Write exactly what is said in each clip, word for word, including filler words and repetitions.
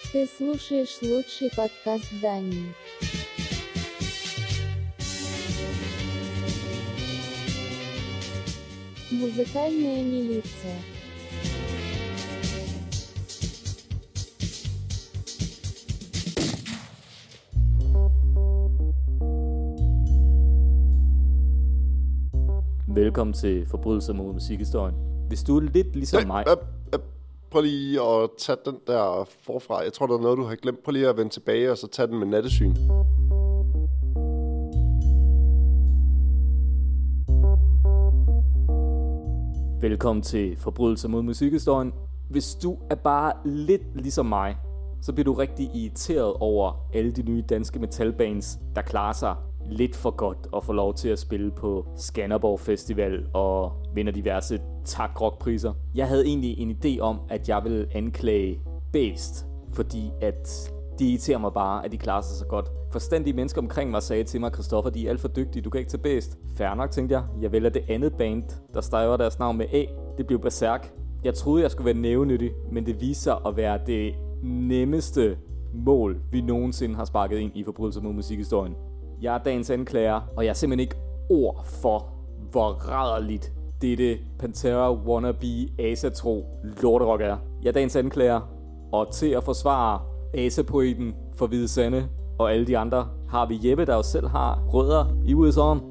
Ты слушаешь лучший подкаст Дании. Музыкальная милиция. Velkommen til Forbrydelser mod musikhistorien. Hvis du er lidt ligesom mig... Øh, øh, prøv lige at tage den der forfra. Jeg tror, der er noget, du har glemt. Prøv lige at vende tilbage, og så tage den med nattesyn. Velkommen til Forbrydelser mod musikhistorien. Hvis du er bare lidt ligesom mig, så bliver du rigtig irriteret over alle de nye danske metalbands, der klarer sig lidt for godt og får lov til at spille på Skanderborg Festival og vinder diverse tak-rock-priser. Jeg havde egentlig en idé om, at jeg ville anklage Bæst, fordi at det irriterer mig bare, at de klarer sig så godt. Forstandige mennesker omkring mig sagde til mig, Christoffer, de er alt for dygtige, du kan ikke tage Bæst. Fair nok, tænkte jeg. Jeg vælger det andet band, der staver deres navn med A. Det blev Berserk. Jeg troede, jeg skulle være nævenyttig, men det viste sig at være det nemmeste mål, vi nogensinde har sparket ind i Forbrydelser mod musikhistorien. Jeg er dagens anklager, og jeg er simpelthen ikke ord for, hvor rædderligt dette Pantera wannabe asatro lorterok er. Jeg er dagens anklager, og til at forsvare asapoeten for Hvide Sande og alle de andre, har vi Jeppe, der jo selv har rødder i U S A'en.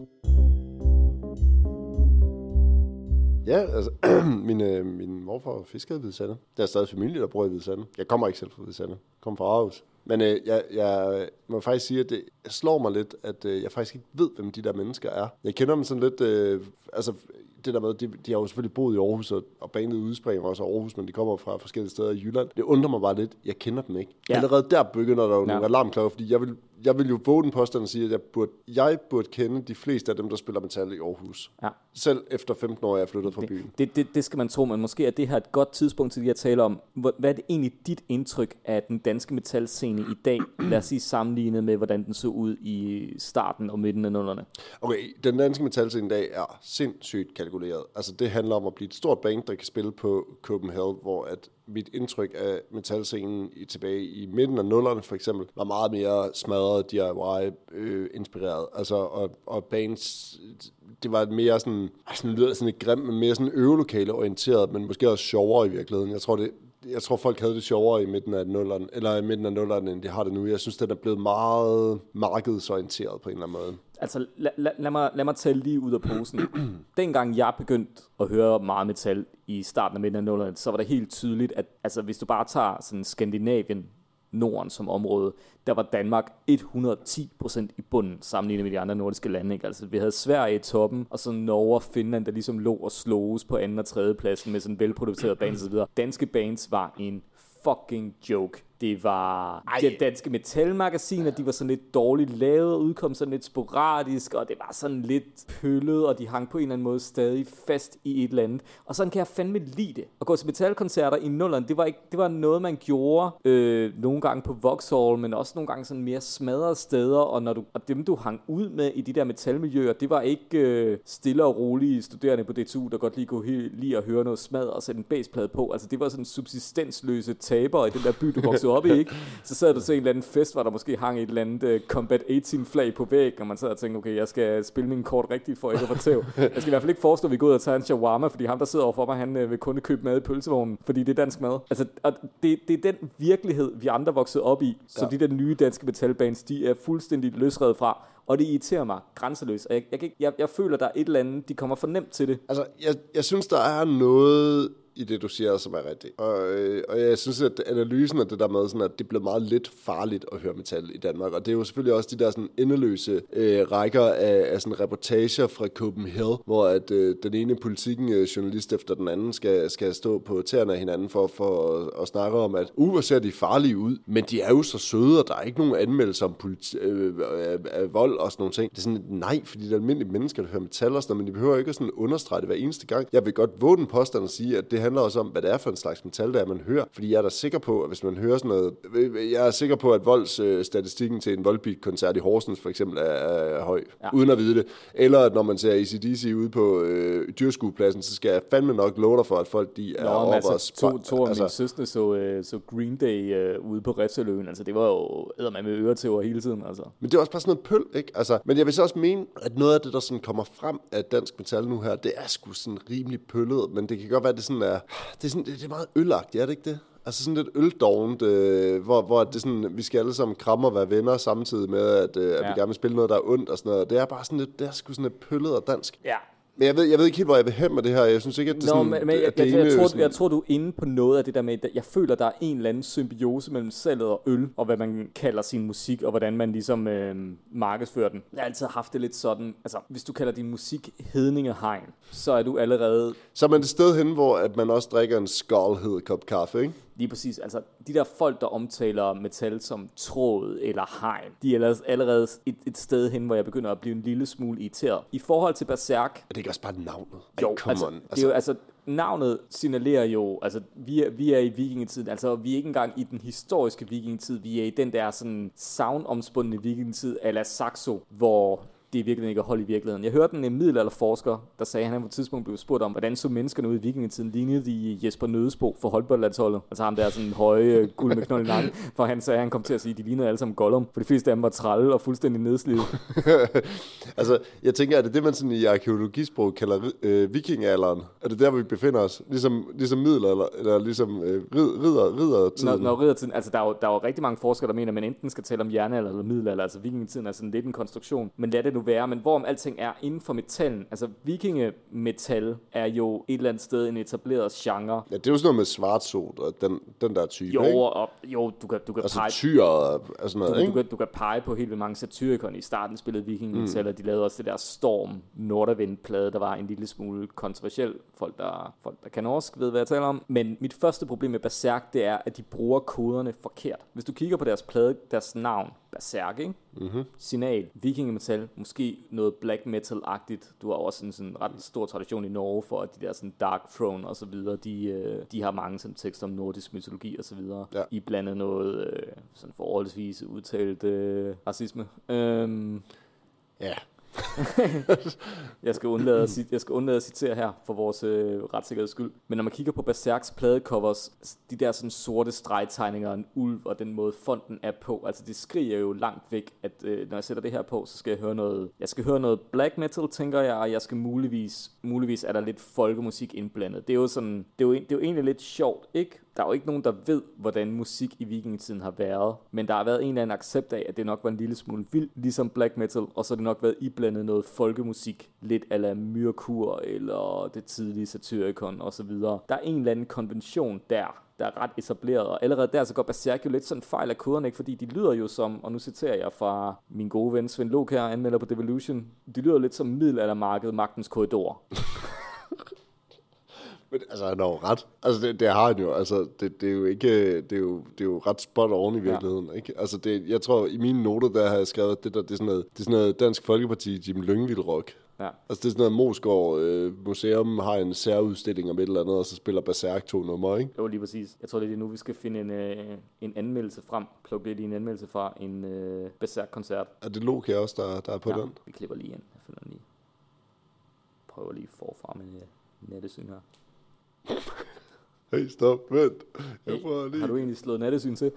Ja, altså, min, øh, min morfar fiskede i Hvide Sande. Der er stadig familie, der bor i Hvide Sande. Jeg kommer ikke selv fra Hvide Sande. Jeg kommer fra Aarhus. Men øh, jeg, jeg må faktisk sige, at det slår mig lidt, at øh, jeg faktisk ikke ved, hvem de der mennesker er. Jeg kender dem sådan lidt, øh, altså det der med, de, de har jo selvfølgelig boet i Aarhus, og, og bandet udspringer også af Aarhus, men de kommer fra forskellige steder i Jylland. Det undrer mig bare lidt, jeg kender dem ikke. Ja. Allerede der begynder der jo ja. nogle alarmklokker, fordi jeg vil, jeg vil jo våge den påstand og sige, at jeg burde, jeg burde kende de fleste af dem, der spiller metal i Aarhus. Ja. Selv efter femten år, jeg er flyttet fra det, byen. Det, det, det skal man tro, men måske er det her et godt tidspunkt til at tale om. Hvad er det egentlig dit indtryk af den danske metalscene i dag? Lad os sige sammenlignet med, hvordan den så ud i starten og midten af nullerne. Okay, den danske metalscene i dag er sindssygt kalkuleret. Altså det handler om at blive et stort band, der kan spille på Copenhagen, hvor at mit indtryk af metalscenen i, tilbage i midten af nullerne for eksempel, var meget mere smadret, D I Y-inspireret. Øh, altså, og, og bands, det var mere sådan, sådan lyder sådan et grimt, men mere sådan øvelokale orienteret, men måske også sjovere i virkeligheden. Jeg tror, det, jeg tror folk havde det sjovere i midten af nullerne, eller i midten af nullerne, end de har det nu. Jeg synes, det er blevet meget markedsorienteret på en eller anden måde. Altså, lad, lad, lad, mig, lad mig tale lige ud af posen. Dengang jeg begyndte at høre meget metal i starten af midten af nullerne, så var det helt tydeligt, at altså, hvis du bare tager sådan Skandinavien, Norden som område, der var Danmark et hundrede og ti procent i bunden sammenlignet med de andre nordiske lande. Ikke? Altså, vi havde Sverige i toppen, og så Norge og Finland, der ligesom lå og sloges på anden og tredje pladsen med sådan velproducerede bands og så videre. Danske bands var en fucking joke. Det var de danske metalmagasiner, de var sådan lidt dårligt lavet, udkom sådan lidt sporadisk, og det var sådan lidt pøllet, og de hang på en eller anden måde stadig fast i et eller andet. Og sådan kan jeg fandme lide det. At gå til metalkoncerter i nullerne, det var, ikke, det var noget, man gjorde øh, nogle gange på Vauxhall, men også nogle gange sådan mere smadrede steder, og, når du, og dem, du hang ud med i de der metalmiljøer, det var ikke øh, stille og rolige studerende på D T U, der godt lige kunne lide at høre noget smadret og sætte en bassplade på. Altså, det var sådan subsistensløse tabere i den der by, du voksede op i, ikke? Så sad du til en eller anden fest, hvor der måske hang et eller andet uh, Combat atten flag på væg, og man sad og tænkte, okay, jeg skal spille min kort rigtigt for ikke at få tæv. Jeg skal i hvert fald ikke forestå, at vi går ud og tager en shawarma, fordi ham, der sidder overfor mig, han uh, vil kun købe mad i pølsevognen, fordi det er dansk mad. Altså, det, det er den virkelighed, vi andre voksede op i, så ja. De der nye danske metalbands, de er fuldstændig løsredet fra. Og det irriterer mig grænseløst. Og jeg, jeg, jeg, jeg føler, der er et eller andet, de kommer for nemt til det. Altså, jeg, jeg synes, der er noget i det, du siger, som er rigtigt. Og, øh, og jeg synes, at analysen af det der med, sådan, at det bliver meget lidt farligt at høre metal i Danmark. Og det er jo selvfølgelig også de der sådan, endeløse øh, rækker af, af sådan, reportager fra Copenhagen, hvor at, øh, den ene politikken øh, journalist efter den anden skal, skal stå på tæerne af hinanden for, for at, at snakke om, at uh, hvor ser de farlige ud. Men de er jo så søde, og der er ikke nogen anmeldelse om politi- øh, øh, øh, vold og sådan nogle ting. Det er sådan, nej, fordi det er almindelige mennesker, der hører metal og sådan noget, men de behøver ikke at sådan understrege det hver eneste gang. Jeg vil godt våge den påstand og sige, at det handler også om, hvad det er for en slags metal, der er, man hører. Fordi jeg er da sikker på, at hvis man hører sådan noget... Jeg er sikker på, at voldsstatistikken til en Volbeat-koncert i Horsens for eksempel er, er høj, ja. Uden at vide det. Eller at når man ser A C D C ude på øh, dyrskuepladsen, så skal jeg fandme nok love dig for, at folk de er oppe altså, og spørger. To, to af altså, mine søstre så, øh, så Green Day øh, ude på Refsaløen. Altså det var jo eddermame med øretæver hele tiden. Altså. Men det er også bare sådan noget pøl, ikke? Altså, men jeg vil så også mene, at noget af det, der sådan kommer frem af dansk metal nu her, det er sgu sådan rimelig pøllet, men det kan godt være, at det sådan er, det er, sådan, det er meget ølagtigt, er det ikke det? Altså sådan lidt øldovent, øh, hvor, hvor det sådan, vi skal alle sammen kramme og være venner samtidig med, at, øh, at ja. vi gerne vil spille noget, der er ondt og sådan noget. Det er bare sådan lidt, det er sgu sådan lidt pøllet og dansk. Ja. Men jeg ved, jeg ved ikke helt, hvor jeg vil hen med det her. Jeg synes ikke, at det er Nå, sådan... Men, men jeg, jeg, jeg, tror, sådan... jeg tror, du er inde på noget af det der med... Jeg føler, der er en eller anden symbiose mellem salget og øl, og hvad man kalder sin musik, og hvordan man ligesom øh, markedsfører den. Jeg har altid haft det lidt sådan... Altså, hvis du kalder din musik Hedningehegn, så er du allerede... Så er man et sted hen, hvor at man også drikker en skålhed kop kaffe, ikke? Lige præcis. Altså, de der folk, der omtaler metal som tråd eller hegn, de er allerede et, et sted hen, hvor jeg begynder at blive en lille smule irriteret. I forhold til Berserk... Er det ikke også bare navnet? Jo, altså, altså, det er jo, altså, navnet signalerer jo, altså, vi er, vi er i vikingetiden, altså, vi er ikke engang i den historiske vikingetid, vi er i den der sådan savnomspundne vikingetid, a la Saxo, hvor... det er virkelig ikke at holde i virkeligheden. Jeg hørte en middelalderforsker, der sagde, at han på et tidspunkt blev spurgt om, hvordan så menneskerne ude i vikingetiden lignede de Jesper Nødesbo for håndboldlandsholdet. Altså ham der sådan høje guld med knold i nakken. For han sagde, at han kom til at sige, at de lignede alle sammen Gollum. For de fleste af dem var trælle og fuldstændig nedslidte. Altså, jeg tænker, at det er det, man sådan i arkeologisprog kalder øh, vikingalderen. Er det der, hvor vi befinder os? Ligesom, ligesom middelalder, eller ligesom øh, ridder, riddertiden? Når, når riddertiden, altså der er, jo, der er jo rigtig mange forskere, der mener, at man enten skal tale om jernalder eller middelalder. Altså vikingetiden er sådan lidt en konstruktion. Men lad det nu være, men hvorom alting er inden for metallen. Altså vikingemetal er jo et eller andet sted en etableret genre. Ja, det er jo sådan noget med svartsot og den, den der type, jo, ikke? Og, jo, du kan, du kan altså pege... tyr og sådan noget, du, ikke? Du kan, du kan pege på helt vildt mange Satyricon. I starten spillede vikingemetal, mm. og de lavede også det der Storm Nordavind-plade, der var en lille smule kontroversiel. Folk der, folk, der kan norsk, ved hvad jeg taler om. Men mit første problem med Berserk, det er, at de bruger koderne forkert. Hvis du kigger på deres plade, deres navn, Berserk, ikke? Mm-hmm. Signal, vikingemetal, måske noget black metal-agtigt. Du har også en sådan ret stor tradition i Norge for, at de der sådan Dark Throne og så videre, de, øh, de har mange sådan tekster om nordisk mytologi og så videre. Ja. I blandet noget øh, sådan forholdsvis udtalt øh, racisme. Øhm, ja. jeg, skal undlade at, jeg skal undlade at citere her for vores øh, retssikkerheds skyld. Men når man kigger på Berserks pladecovers, de der sådan sorte stregtegninger, en ulv og den måde fonten er på, altså det skriger jo langt væk, at øh, når jeg sætter det her på, så skal jeg høre noget, jeg skal høre noget black metal, tænker jeg, og jeg skal muligvis, muligvis er der lidt folkemusik indblandet. Det er jo sådan, det er jo, det er jo egentlig lidt sjovt, ikke? Der er jo ikke nogen, der ved, hvordan musik i vikingetiden har været, men der har været en eller anden accept af, at det nok var en lille smule vildt, ligesom black metal, og så har det nok været iblandet noget folkemusik, lidt a la Myrkur, eller det tidlige Satyricon, og så videre. Der er en eller anden konvention der, der er ret etableret, og allerede der så går Berserk jo lidt sådan fejl af koderne, ikke? Fordi de lyder jo som, og nu citerer jeg fra min gode ven Svend Lok her, anmelder på Devolution, de lyder lidt som middelaldermarkedet Magtens Korridor. Men altså, han har jo ret. Altså, det, det har han jo. Altså, det, det er jo ikke... Det er jo, det er jo ret spot on i virkeligheden, ja. Ikke? Altså, det, jeg tror, i mine noter, der har jeg skrevet, det der, det er sådan noget, det er sådan noget Dansk Folkeparti, Jim Lyngvild rock. Ja. Altså, det er sådan noget, Moesgaard øh, Museum har en særudstilling om et eller andet, og så spiller Berserk to numre, ikke? Jo, lige præcis. Jeg tror, det er nu, vi skal finde en, øh, en anmeldelse frem. Plukke lidt i en anmeldelse fra en øh, Berserk-koncert. Er det Lok her også, der, der er på ja, den? vi klipper lige ind. Jeg finder den lige. Prøver lige forfra med øh, nattesyn her. Hey, stop, vent. Jeg hey, prøver lige. Har du egentlig slået nattesyn til?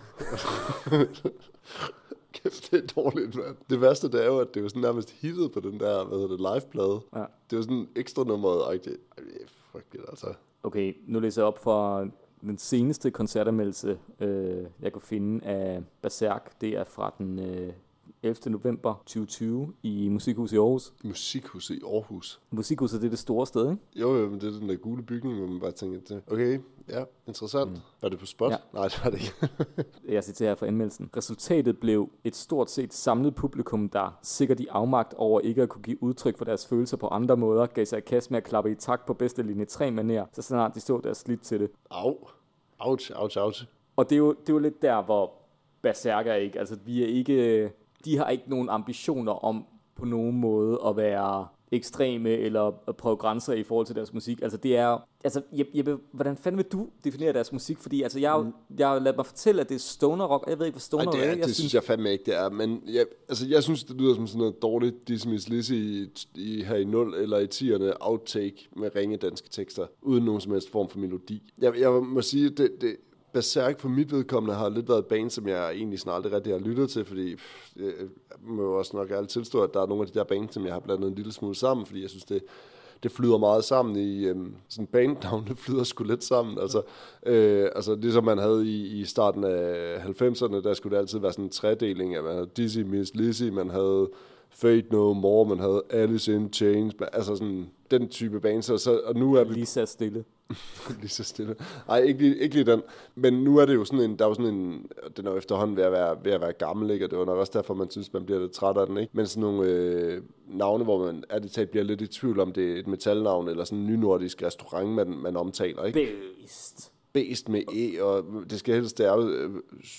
Kæft, det er dårligt, mand. Det værste, det er jo, at det er jo sådan nærmest hittet på den der, hvad hedder det, live-plade. Ja. Det er jo sådan ekstra nummeret. Fuck det, altså. Okay, nu læser jeg op for den seneste koncertanmeldelse, øh, jeg kunne finde af Berserk. Det er fra den øh, ellevte november tyve tyve i Musikhuset i Aarhus. Musikhuset i Aarhus? Musikhuset, det er det store sted, ikke? Jo, jo, men det er den der gule bygning, hvor man bare tænker, det. Okay, ja, interessant. Mm. Var det på spot? Ja. Nej, det var det ikke. Jeg citerer her fra anmeldelsen. Resultatet blev et stort set samlet publikum, der sikkert i afmagt over ikke at kunne give udtryk for deres følelser på andre måder, gav sig i kast med at klappe i takt på bedste linje tre manér, så snart de så deres slidt til det. Au. Ouch, ouch, ouch. Og det er jo, det er jo lidt der, hvor Berserk er ikke. Altså, vi er ikke... De har ikke nogen ambitioner om på nogen måde at være ekstreme, eller prøve grænser i forhold til deres musik. Altså det er, altså Jeppe, hvordan fanden vil du definere deres musik? Fordi altså jeg, mm. jeg har ladet mig fortælle, at det er stoner rock, jeg ved ikke, hvad stoner Ej, det er. er. Det synes, synes jeg fandme ikke, det er. Men jeg, altså, jeg synes, det lyder som sådan noget dårligt Dismiss Lizzy i, i, her i nul eller i tierne outtake med ringe danske tekster, uden nogen som helst form for melodi. Jeg, jeg må sige, det, det Berserk på mit vedkommende har lidt været et band, som jeg egentlig snart aldrig rigtig har lyttet til, fordi pff, jeg må jo også nok ærligt tilstå, at der er nogle af de der bands, som jeg har blandet en lille smule sammen, fordi jeg synes, det, det flyder meget sammen i øhm, sådan bandnavn, det flyder sgu lidt sammen. Altså, øh, altså ligesom man havde i, i starten af halvfemserne, der skulle det altid være sådan en tredeling, at man havde Dizzy Miss Lizzy, man havde Fate No More, man havde Alice in Chains, altså sådan den type bands, og, så, og nu er vi... Lige så stille. lige så stille. Ej, ikke lige, ikke lige den. Men nu er det jo sådan en, der er jo sådan en, den er jo efterhånden ved at være, ved at være gammel, ikke? Og det var nok også derfor, man synes, man bliver lidt træt af den, ikke? Men sådan nogle øh, navne, hvor man er det talt bliver lidt i tvivl om, det er et metalnavn, eller sådan en nynordisk restaurant, man, man omtaler, ikke? Beast. Beast med E, og det skal helst være øh,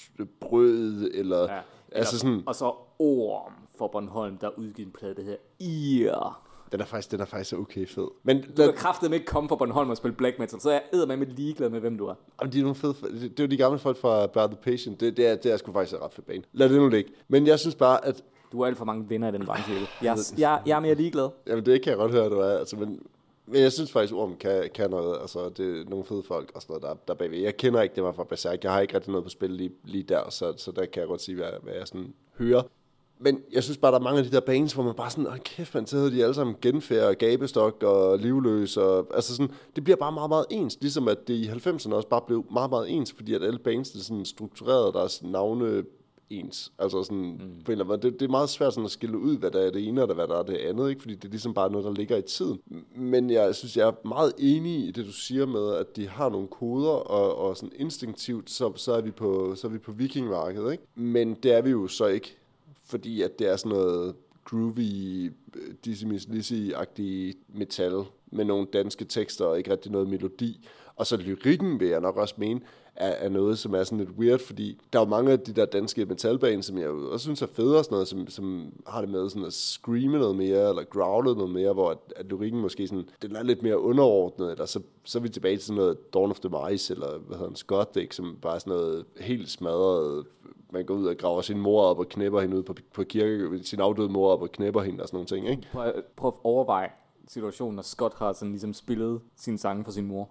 brød, eller... Ja. Altså sådan, og så Orm for Bornholm, der udgivet en plade, der hedder Ear. Den er faktisk, den er faktisk okay fed. Men du kan kraftedeme ikke komme fra Bornholm og spille black metal, så jeg er eddermame ligeglad med, hvem du er. Jamen, de er nogle fede. Det er jo de gamle folk fra Bear the Patient. Det, det, er, det er sgu faktisk et ret fedt bane. Lad det nu ligge. Men jeg synes bare, at... Du har alt for mange venner i den branche. Jeg, jeg, jeg er mere ligeglad. Jamen, det kan jeg godt høre, du er. Altså, men, men jeg synes faktisk, Orm kan, kan noget. Altså, det er nogle fede folk og sådan noget, der, der bagved. Jeg kender ikke det var fra Berserk. Jeg har ikke rigtig noget på spil lige, lige der, så, så der kan jeg godt sige, hvad, hvad jeg sådan hører. Men jeg synes bare, der er mange af de der bands, hvor man bare sådan, åh kæft, man, så hedder de alle sammen Genfærd og Gabestok og Livløs. Og, altså sådan, det bliver bare meget, meget ens. Ligesom at det i halvfemserne også bare blev meget, meget ens, fordi at alle bands sådan strukturerede deres navne ens. Altså sådan, mm. på en eller anden måde. Det, det er meget svært sådan at skille ud, hvad der er det ene, og hvad der er det andet, ikke? Fordi det er ligesom bare noget, der ligger i tiden. Men jeg synes, jeg er meget enig i det, du siger med, at de har nogle koder, og, og sådan instinktivt, så, så, er vi på, så er vi på vikingmarkedet, ikke? Men det er vi jo så ikke. Fordi at det er sådan noget groovy, Dizzy Miss Lizzy-agtig metal med nogle danske tekster og ikke rigtig noget melodi. Og så lyrikken, vil jeg nok også mene, er, er noget, som er sådan lidt weird, fordi der er jo mange af de der danske metalbaner, som jeg også synes er fede og sådan noget, som, som har det med sådan at screame noget mere, eller growle noget mere, hvor at, at lyrikken måske sådan, den er lidt mere underordnet, eller så, så er vi tilbage til sådan noget Dawn of the Mice, eller hvad hedder den, Scott, ikke, som bare er sådan noget helt smadret. Man går ud og graver sin mor op og knæpper hende ud på, på kirke, sin afdøde mor op og knæpper hende og sådan nogle ting, ikke? Prøv, prøv at overveje situationen, når Scott har sådan ligesom spillet sine sange for sin mor.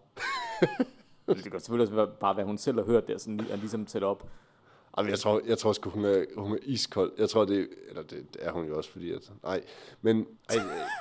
Det kan selvfølgelig også bare være, hun selv har hørt det, sådan er ligesom tæt op. Jamen, jeg tror, jeg tror sgu, hun er, hun er iskold. Jeg tror, det, eller det, det er hun jo også, fordi at, nej, men, ej,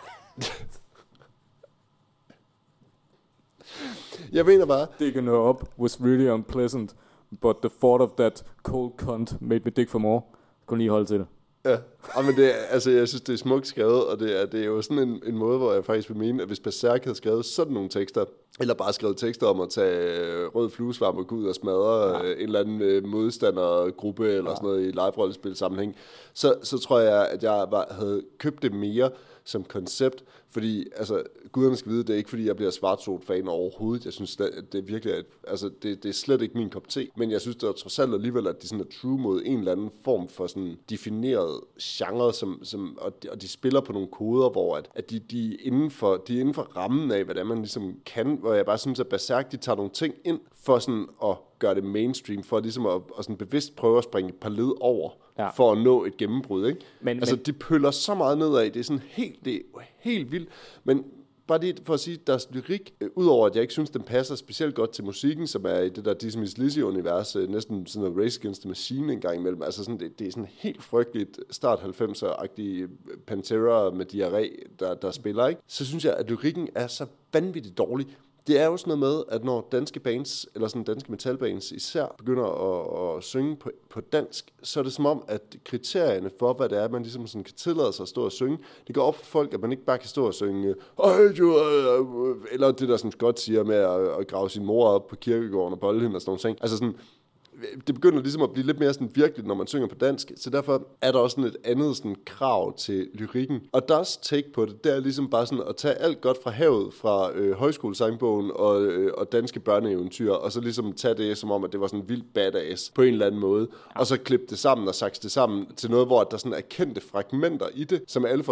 jeg mener bare, digging her up was really unpleasant, but the thought of that cold cunt made me dig for more. Kun lige holde til det. Ja, men det er, altså, jeg synes, det er smukt skrevet, og det er, det er jo sådan en, en måde, hvor jeg faktisk vil mene, at hvis Berserk havde skrevet sådan nogle tekster, eller bare skrevet tekster om at tage rød fluesvarm og gå ud og smadre ja. en eller anden modstandergruppe, eller ja. sådan noget i live-rollespil sammenhæng, så, så tror jeg, at jeg var, havde købt det mere som koncept, fordi, altså, guderne skal vide, det er ikke, fordi jeg bliver Svartsot-fan overhovedet. Jeg synes, det, det er virkelig, at, altså, det, det er slet ikke min kop te, men jeg synes, det er trods alt alligevel, at de sådan er true mod en eller anden form for sådan defineret genre, som, som, og, de, og de spiller på nogle koder, hvor at, at de, de, er inden for, de er inden for rammen af, hvad det er, man ligesom kan, hvor jeg bare synes, at Berserk, de tager nogle ting ind for sådan at gøre det mainstream, for ligesom at, at sådan bevidst prøve at springe et par led over, ja. for at nå et gennembrud, ikke? Men, altså, men... de pøller så meget nedad, det er sådan helt, det er helt vildt, men bare lige for at sige, deres lyrik, øh, udover at jeg ikke synes, den passer specielt godt til musikken, som er i det der Dizzy Miss Lizzy-univers, øh, næsten sådan noget Race Against the Machine en gang imellem, altså sådan, det, det er sådan helt frygteligt start halvfemser-agtig Pantera med diarré, der, der spiller, ikke? Så synes jeg, at lyrikken er så vanvittigt dårlig. Det er jo sådan noget med, at når danske bands, eller sådan danske metalbands især, begynder at, at synge på, på dansk, så er det som om, at kriterierne for, hvad det er, man ligesom sådan kan tillade sig at stå og synge, det går op for folk, at man ikke bare kan stå og synge, eller det der, som Scott siger med at, at grave sin mor op på kirkegården og bolle hende og sådan noget ting. Altså sådan, det begynder ligesom at blive lidt mere sådan virkeligt, når man synger på dansk, så derfor er der også sådan et andet sådan krav til lyrikken. Og deres take på det, det er ligesom bare sådan at tage alt godt fra havet, fra øh, højskolesangbogen og, øh, og danske børneeventyr, og så ligesom tage det som om, at det var sådan vildt badass på en eller anden måde, ja. Og så klippe det sammen og sakse det sammen til noget, hvor der sådan er kendte fragmenter i det, som alle folk sådan,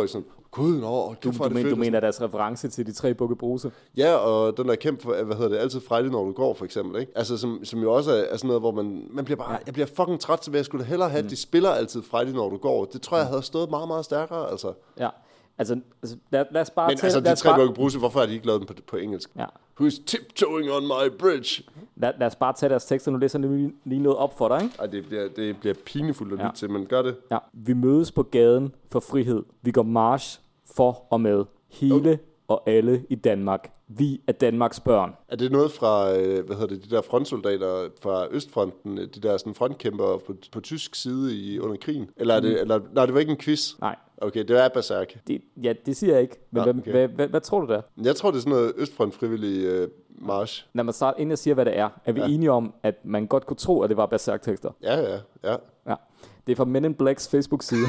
Gud, nå, Du, du, men, du mener deres reference til de tre bukke Bruse? Ja, og den der kæmpe for, hvad hedder det, altid frejlig, når du går, for eksempel, ikke? Altså, som, som jo også er, er sådan noget, hvor man, man bliver bare, ja. jeg bliver fucking træt, så jeg skulle hellere have, mm. at de spiller altid frejlig, når du går. Det tror jeg havde stået meget, meget stærkere, altså. Ja, altså, altså lad, lad os bare... Men tælle, altså, de tre bukke Bruse, hvorfor har de ikke lavet den på, på engelsk? Ja. Who's tiptoeing on my bridge? Lad, lad os bare tage deres tekster, nu læser jeg lige noget op for dig, ikke? Ej, det bliver, det bliver pinefuldt at lytte ja. til, men gør det. Ja. Vi mødes på gaden for frihed. Vi går march for og med hele okay. og alle i Danmark. Vi er Danmarks børn. Er det noget fra, hvad hedder det, de der frontsoldater fra Østfronten, de der sådan frontkæmper på, på tysk side i, under krigen? Eller er det, mm. eller, nej, det var ikke en quiz? Nej. Okay, det er Berserk. Det, ja, det siger jeg ikke. Men ja, okay. hvad, hvad, hvad, hvad tror du der? Jeg tror, det er sådan noget Østfront frivillig øh, march. Lad mig starte, inden jeg siger, hvad det er. Er vi ja. enige om, at man godt kunne tro, at det var Berserk-tekster? Ja, ja, ja. ja. Det er fra Men in Blacks Facebook-side.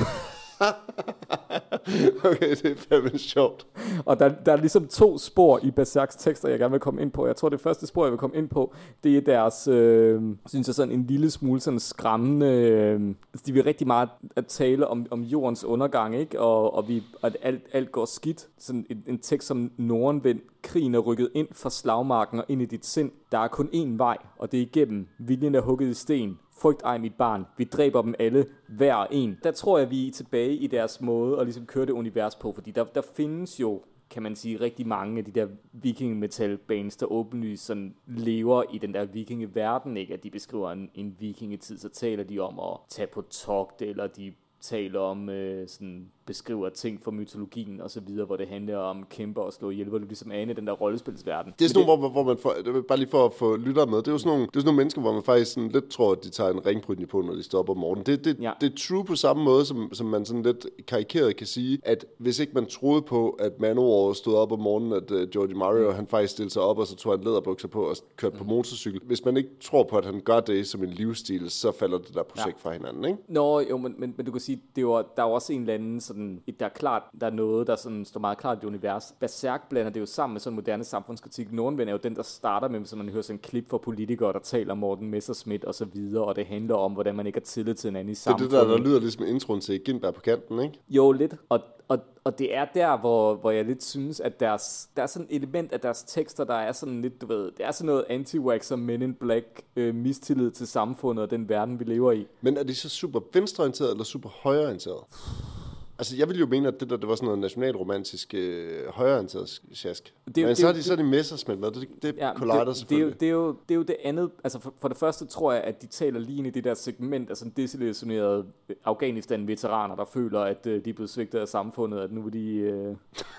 Okay, det er fandme sjovt. Og der, der er ligesom to spor i Berserks tekster, jeg gerne vil komme ind på. Jeg tror, det første spor, jeg vil komme ind på, det er deres, øh, synes jeg, sådan en lille smule sådan skræmmende... Øh, de vil rigtig meget at tale om, om jordens undergang, ikke? Og, og vi, at alt, alt går skidt. Sådan en, en tekst som Nordenvind. Krigen er rykket ind fra slagmarken og ind i dit sind. Der er kun én vej, og det er igennem. Viljen er hugget i sten. Frygt ej mit barn, vi dræber dem alle, hver en. Der tror jeg, vi er tilbage i deres måde at ligesom køre det univers på, fordi der, der findes jo, kan man sige, rigtig mange af de der viking-metal-bands, der åbenlyst sådan lever i den der vikingeverden, ikke? At de beskriver en, en vikingetid, så taler de om at tage på togt, eller de taler om øh, sådan beskriver ting fra mytologien og så videre, hvor det handler om kæmpe og slå ihjel, hvor du ligesom aner den der rollespilsverden. Det er sådan nogle, hvor, hvor man får, det er bare lige for at få lyttere med, det er jo sådan nogle, det er sådan nogle mennesker, hvor man faktisk sådan lidt tror, at de tager en ringbrydning på, når de står op om morgenen. Det, det, ja. det er true på samme måde, som, som man sådan lidt karikeret kan sige, at hvis ikke man troede på, at Manowar stod op om morgenen, at uh, George Mario, mm. han faktisk stillede sig op, og så tog han læderbukser på og kørte mm. på motorcykel. Hvis man ikke tror på, at han gør det som en livsstil, så falder det der projekt ja. fra hinanden, ikke? Nå, jo, men, men, men du kan sige, det var, der er også en eller anden sådan, der er klart, der er noget, der sådan står meget klart i det univers. Berserk blander det jo sammen med sådan en moderne samfundskritik. Nordenvind er jo den, der starter med, så man hører sådan en klip fra politikere, der taler om Morten Messerschmidt og så videre, og det handler om, hvordan man ikke har tillid til en anden i samfundet. Det er det der, der lyder ligesom introen til Gindberg på kanten, ikke? Jo, lidt. Og, og, og det er der, hvor, hvor jeg lidt synes, at deres, der er sådan et element af deres tekster, der er sådan lidt, du ved, det er sådan noget anti-wax og Men in Black, øh, mistillid til samfundet og den verden, vi lever i. Men er de så super venstreorienteret eller super højreorienteret? Altså, jeg ville jo mene, at det der, det var sådan noget nationalromantisk øh, højreorienteret sjask. Men det, så har de så de Messerschmidt med, det, det ja, collider det, selvfølgelig. Det er, jo, det, er jo, det er jo det andet, altså for, for det første tror jeg, at de taler lige ind i det der segment af sådan desillusionerede Afghanistan-veteraner, der føler, at øh, de er blevet svigtet af samfundet, at nu vil de... Øh,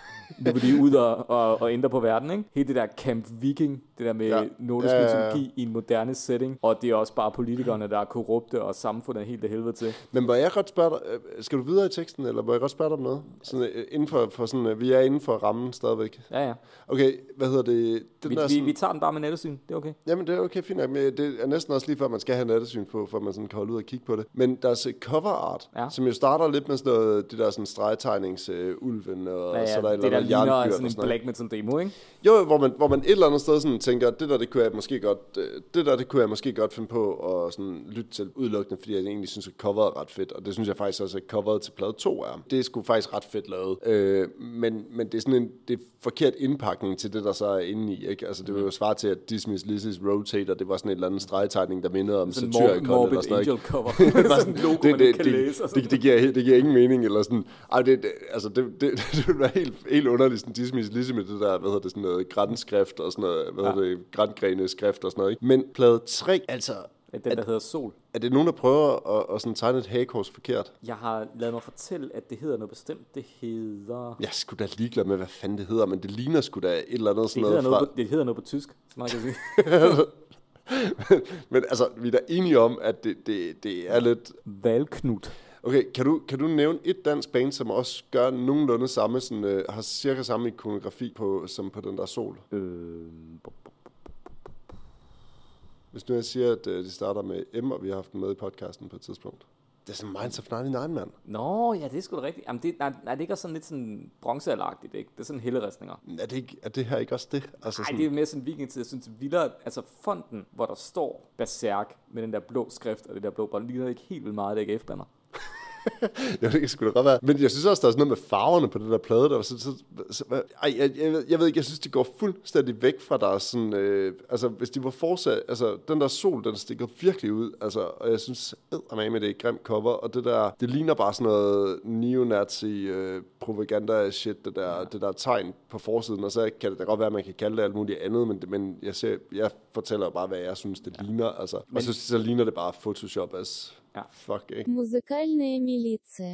Nu vil de ud og, og, og ændre på verden, ikke? Hele det der Camp Viking, det der med ja. nordisk ja, ja, ja. mytologi i en moderne setting, og det er også bare politikerne, der er korrupte, og samfundet er helt det helvede til. Men må jeg godt spørge dig, skal du videre i teksten, eller må jeg godt spørge dig om noget? Sådan, inden for, for sådan, vi er inden for rammen stadigvæk. Ja, ja. Okay, hvad hedder det? Den vi, der, vi, sådan, vi tager den bare med nattesyn, det er okay. Jamen, det er okay, fint nok, men det er næsten også lige før, man skal have nattesyn på, for man sådan kan holde ud og kigge på det. Men deres cover art, ja. som jo starter lidt med sådan noget, det der sådan stregtegnings uh, ulven, og ja, ja, så der det der ligner sådan en black metal demo, ikke? Jo, hvor man, hvor man et eller andet sted sådan tænker, det der, det kunne jeg måske godt, det der, det kunne jeg måske godt finde på og sådan lytte til udelukkende, fordi jeg egentlig synes, at coveret er ret fedt, og det synes jeg faktisk også, at coveret til plade to er. Det er sgu faktisk ret fedt lavet, øh, men, men det er sådan en, det er forkert indpakning til det, der så er inde i, ikke? Altså, det vil jo svare til, at Dismiss Lizzie's Rotator, det var sådan en eller anden stregtegning, der mindede om Satyricon eller sådan noget. Angel cover. Sådan en logo, det, man ikke kan det, læse. Det, det, det, giver, det giver ingen mening, eller sådan. Ej, det, det, altså, det, det, det vil være helt, helt underligt, sådan Dismiss Lizzie med det der, hvad hedder det, sådan noget grænskrift og sådan noget, hvad ja. hedder det, grængrene skrift og sådan noget, ikke? Men plade tre, altså... Den, der hedder Sol. Er det nogen, der prøver at, at sådan tegne et hagekors forkert? Jeg har lavet mig fortælle, at det hedder noget bestemt. Det hedder... Jeg skulle da ligeglad med, hvad fanden det hedder, men det ligner sgu da et eller andet sådan det noget fra... Noget på, det hedder noget på tysk, så meget kan jeg sige. men, men altså, vi er da enige om, at det, det, det er lidt... Valknut. Okay, kan du, kan du nævne et dansk band, som også gør nogenlunde samme, sådan, øh, har cirka samme ikonografi på, som på den der Sol? Øh... Hvis nu jeg siger, at øh, de starter med M, og vi har haft den med i podcasten på et tidspunkt. Det er sådan Minds of ninety-nine, mand. Nå, ja, det er sgu da rigtigt. Jamen, det, nej, nej, det er ikke sådan lidt sådan bronzealagtigt, ikke? Det er sådan helleristninger. Er det, ikke, er det her ikke også det? Altså, nej, sådan... det er mere sådan vikingtid. Jeg synes, vildere, altså fonten, hvor der står Berserk med den der blå skrift og det der blå bånd, ligner ikke helt vildt meget, det A G F-banner. Ja, det kan sgu da godt være. Men jeg synes også, der er sådan noget med farverne på det der plade. Der, så, så, så, ej, jeg, jeg, jeg ved ikke, jeg synes, de går fuldstændig væk fra der sådan... Øh, altså, hvis de var fortsat... Altså, den der sol, den stikker virkelig ud. Altså, og jeg synes, eddermame med det er et grimt cover. Og det der, det ligner bare sådan noget neonazi øh, propaganda shit, det der, ja. det der tegn på forsiden. Og så kan det da godt være, at man kan kalde det alt muligt andet, men, men jeg, ser, jeg fortæller bare, hvad jeg synes, det ja. ligner. Altså, men, og så, så ligner det bare Photoshop as... Ja. Fuck, ikke? Musikальная милиция.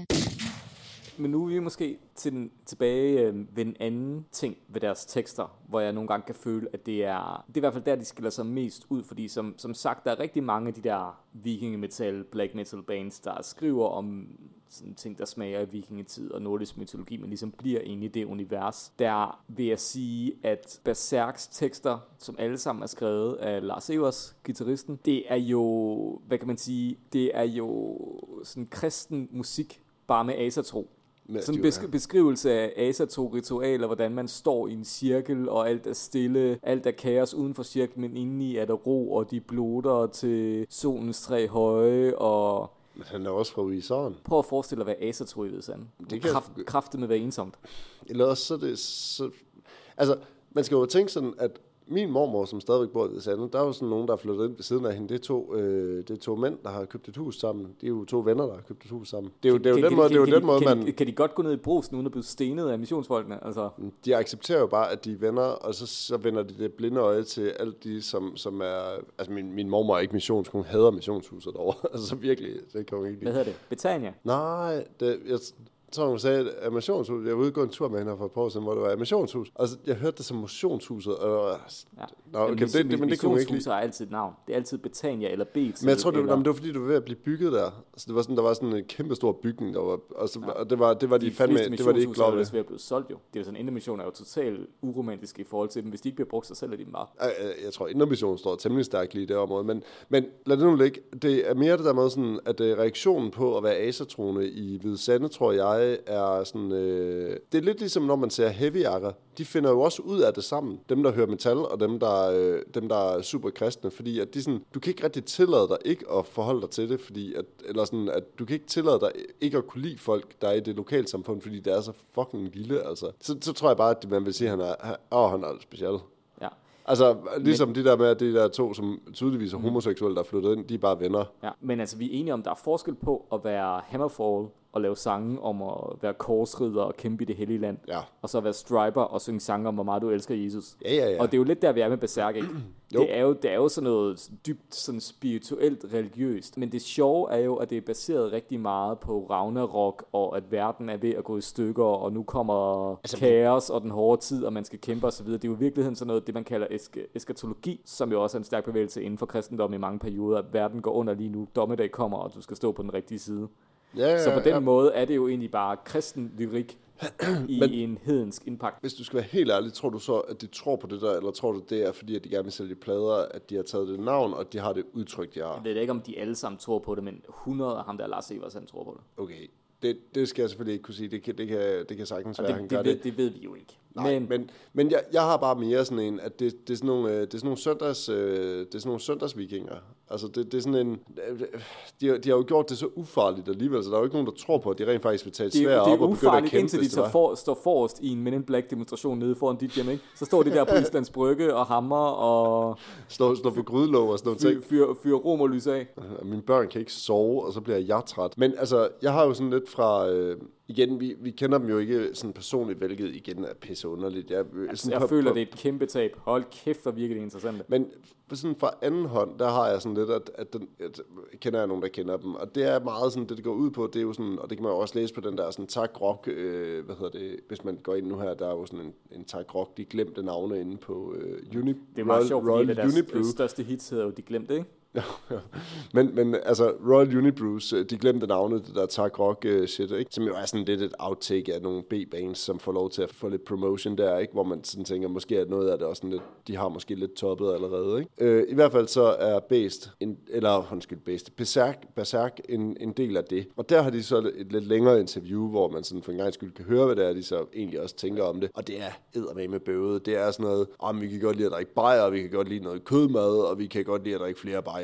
Men nu er vi måske til den, tilbage øh, ved en anden ting ved deres tekster, hvor jeg nogle gange kan føle, at det er, det er i hvert fald der, de skiller sig mest ud, fordi som, som sagt, der er rigtig mange af de der vikingemetal, black metal bands, der skriver om sådan ting, der smager af vikingetid og nordisk mytologi, men ligesom bliver inde i det univers. Der vil jeg sige, at Berserks tekster, som alle sammen er skrevet af Lars Evers, guitaristen, det er jo, hvad kan man sige, det er jo sådan kristen musik, bare med asatro. Sådan en besk- beskrivelse af asatro-ritualer, hvordan man står i en cirkel, og alt er stille, alt er kaos uden for cirklen, men indeni er der ro, og de bloder til solens tre høje, og... Men han er også fra Wizarden. Prøv at forestille dig at være asatro i Hvidsand. Det kan Kraft, jeg... Kraftet med at være ensomt. Eller også så det... Så... Altså, man skal jo tænke sådan, at min mormor, som stadigvæk bor i Hvidsand, der er jo sådan nogen, der er flyttet ind ved siden af hende. Det er to, øh, det er to mænd, der har købt et hus sammen. Det er jo to venner, der har købt et hus sammen. Det er jo, det er jo kan, den kan, måde, kan, det er jo den måde, kan, man... Kan de godt gå ned i brusen, uden at blive stenet af missionsfolkene? Altså... De accepterer jo bare, at de er venner, og så, så vender de det blinde øje til alt de, som, som er... Altså, min, min mormor er ikke missions, hun hader missionshuset derovre. Altså, så virkelig, det kan hun ikke lide. Hvad hedder det? Betania? Nej, det... Jeg, Så hun sagde, at missionshus, jeg var ude og gå en tur med hende for et par år siden, hvor det var et missionshus. Og så, jeg hørte det som motionshuset, og ja. Nå, okay, men, det, det, men det kunne ikke lide. Er altid et navn. Det er altid Betania eller Bet. Men jeg tror, det, eller... det var fordi, du var ved at blive bygget der. Så det var sådan, der var sådan en kæmpe stor bygning, der var, og, så, ja. og det var, det var de, de fandme, det var de ikke glade ved. De fleste blevet solgt jo. Det er sådan, indre mission er jo totalt uromantisk i forhold til dem. Hvis de ikke bliver brugt, så sælger de dem bare. Jeg, jeg, jeg tror, indre mission står temmelig stærkt lige i det område. Men, men lad det nu ligge. Det er mere det der med sådan, at reaktionen på at være asatroende i Hvidsande, tror jeg, er sådan, øh, det er lidt ligesom, når man ser heavyjakker. De finder jo også ud af det sammen. Dem, der hører metal, og dem, der, øh, dem, der er super kristne. Fordi at de sådan, du kan ikke rigtig tillade dig ikke at forholde dig til det, fordi at, eller sådan, at du kan ikke tillade dig ikke at kunne lide folk, der er i det lokalsamfund, fordi det er så fucking lille, altså. Så, så tror jeg bare, at man vil sige, at han er, åh, han er speciel. Ja. Altså, ligesom men, de der med, at de der to, som tydeligvis er homoseksuelle, der er flyttet ind, de er bare venner. Ja, men altså, vi er enige om, der er forskel på at være Hammerfall og lave sange om at være korsridder og kæmpe i det hellige land. Ja. Og så være striper og synge sange om, hvor meget du elsker Jesus. Ja, ja, ja. Og det er jo lidt der, vi er med Berserk, ikke? det, er jo, det er jo sådan noget dybt sådan spirituelt religiøst. Men det sjove er jo, at det er baseret rigtig meget på Ragnarok, og at verden er ved at gå i stykker, og nu kommer altså, kaos og den hårde tid, og man skal kæmpe osv. Det er jo i virkeligheden sådan noget, det man kalder esk- eskatologi, som jo også er en stærk bevægelse inden for kristendom i mange perioder. At verden går under lige nu, dommedag kommer, og du skal stå på den rigtige side. Ja, ja, så på den ja. måde er det jo egentlig bare kristen lyrik i men, en hedensk indpakt. Hvis du skal være helt ærlig, tror du så, at de tror på det der, eller tror du, det er fordi, at de gerne vil sælge plader, at de har taget det navn, og de har det udtryk, de har? Jeg ved ikke, om de alle sammen tror på det, men hundrede af ham der Lars Evers, han tror på det. Okay, det, det skal jeg selvfølgelig ikke kunne sige. Det kan, det kan, det kan sagtens være, det, han det gør ved, det. Det ved vi jo ikke. Nej, men, men, men jeg, jeg har bare mere sådan en, at det, det er sådan nogle, det er sådan nogle søndags, det er sådan nogle søndagsvikinger. Altså det, det er sådan en, de, har, de har jo gjort det så ufarligt alligevel, så der er jo ikke nogen, der tror på, at de rent faktisk vil tage et sværd op og begynde at kæmpe. Det er ufarligt, indtil de tager for, står forrest i en Men in Black demonstration nede foran dit hjem, ikke? Så står de der på Islands Brygge og hammer og... Slår, slår på grydelåg og sådan noget ting. Fyr, fyr romerlys af. Mine børn kan ikke sove, og så bliver jeg træt. Men altså, jeg har jo sådan lidt fra... Øh, igen, vi, vi kender dem jo ikke sådan personligt, hvilket igen er pisse underligt. Jeg, altså, jeg på, føler, på, det er et kæmpe tab. Hold kæft, hvor virker det interessant. Men sådan fra anden hånd, der har jeg sådan lidt, at, at, den, at kender jeg nogen, der kender dem. Og det er meget sådan, det det går ud på, det er jo sådan, og det kan man jo også læse på den der sådan tag rock, øh, hvad hedder det, hvis man går ind nu her, der er jo sådan en, en tag rock, de glemte navne inde på øh, Uni, det er meget Royal, sjovt, fordi Royal deres Unibrew. Største hits hedder jo de glemte, ikke? Ja, ja. Men, men altså, Royal Unibrews, de glemte navnet, det der tag rock uh, shit, ikke? Som jo er sådan lidt et outtake af nogle B-bands, som får lov til at få lidt promotion der, ikke? Hvor man sådan tænker, måske er noget af det også sådan lidt, de har måske lidt toppet allerede, ikke? Uh, I hvert fald så er Beast, en, eller undskyld, Beast, Berserk, Berserk en, en del af det. Og der har de så et lidt længere interview, hvor man sådan for en gang skyld kan høre, hvad det er, de så egentlig også tænker om det. Og det er eddermame bøvet. Det er sådan noget, om oh, vi kan godt lide at drikke bajer, vi kan godt lide noget kødmad, og vi kan godt lide at drikke flere bajer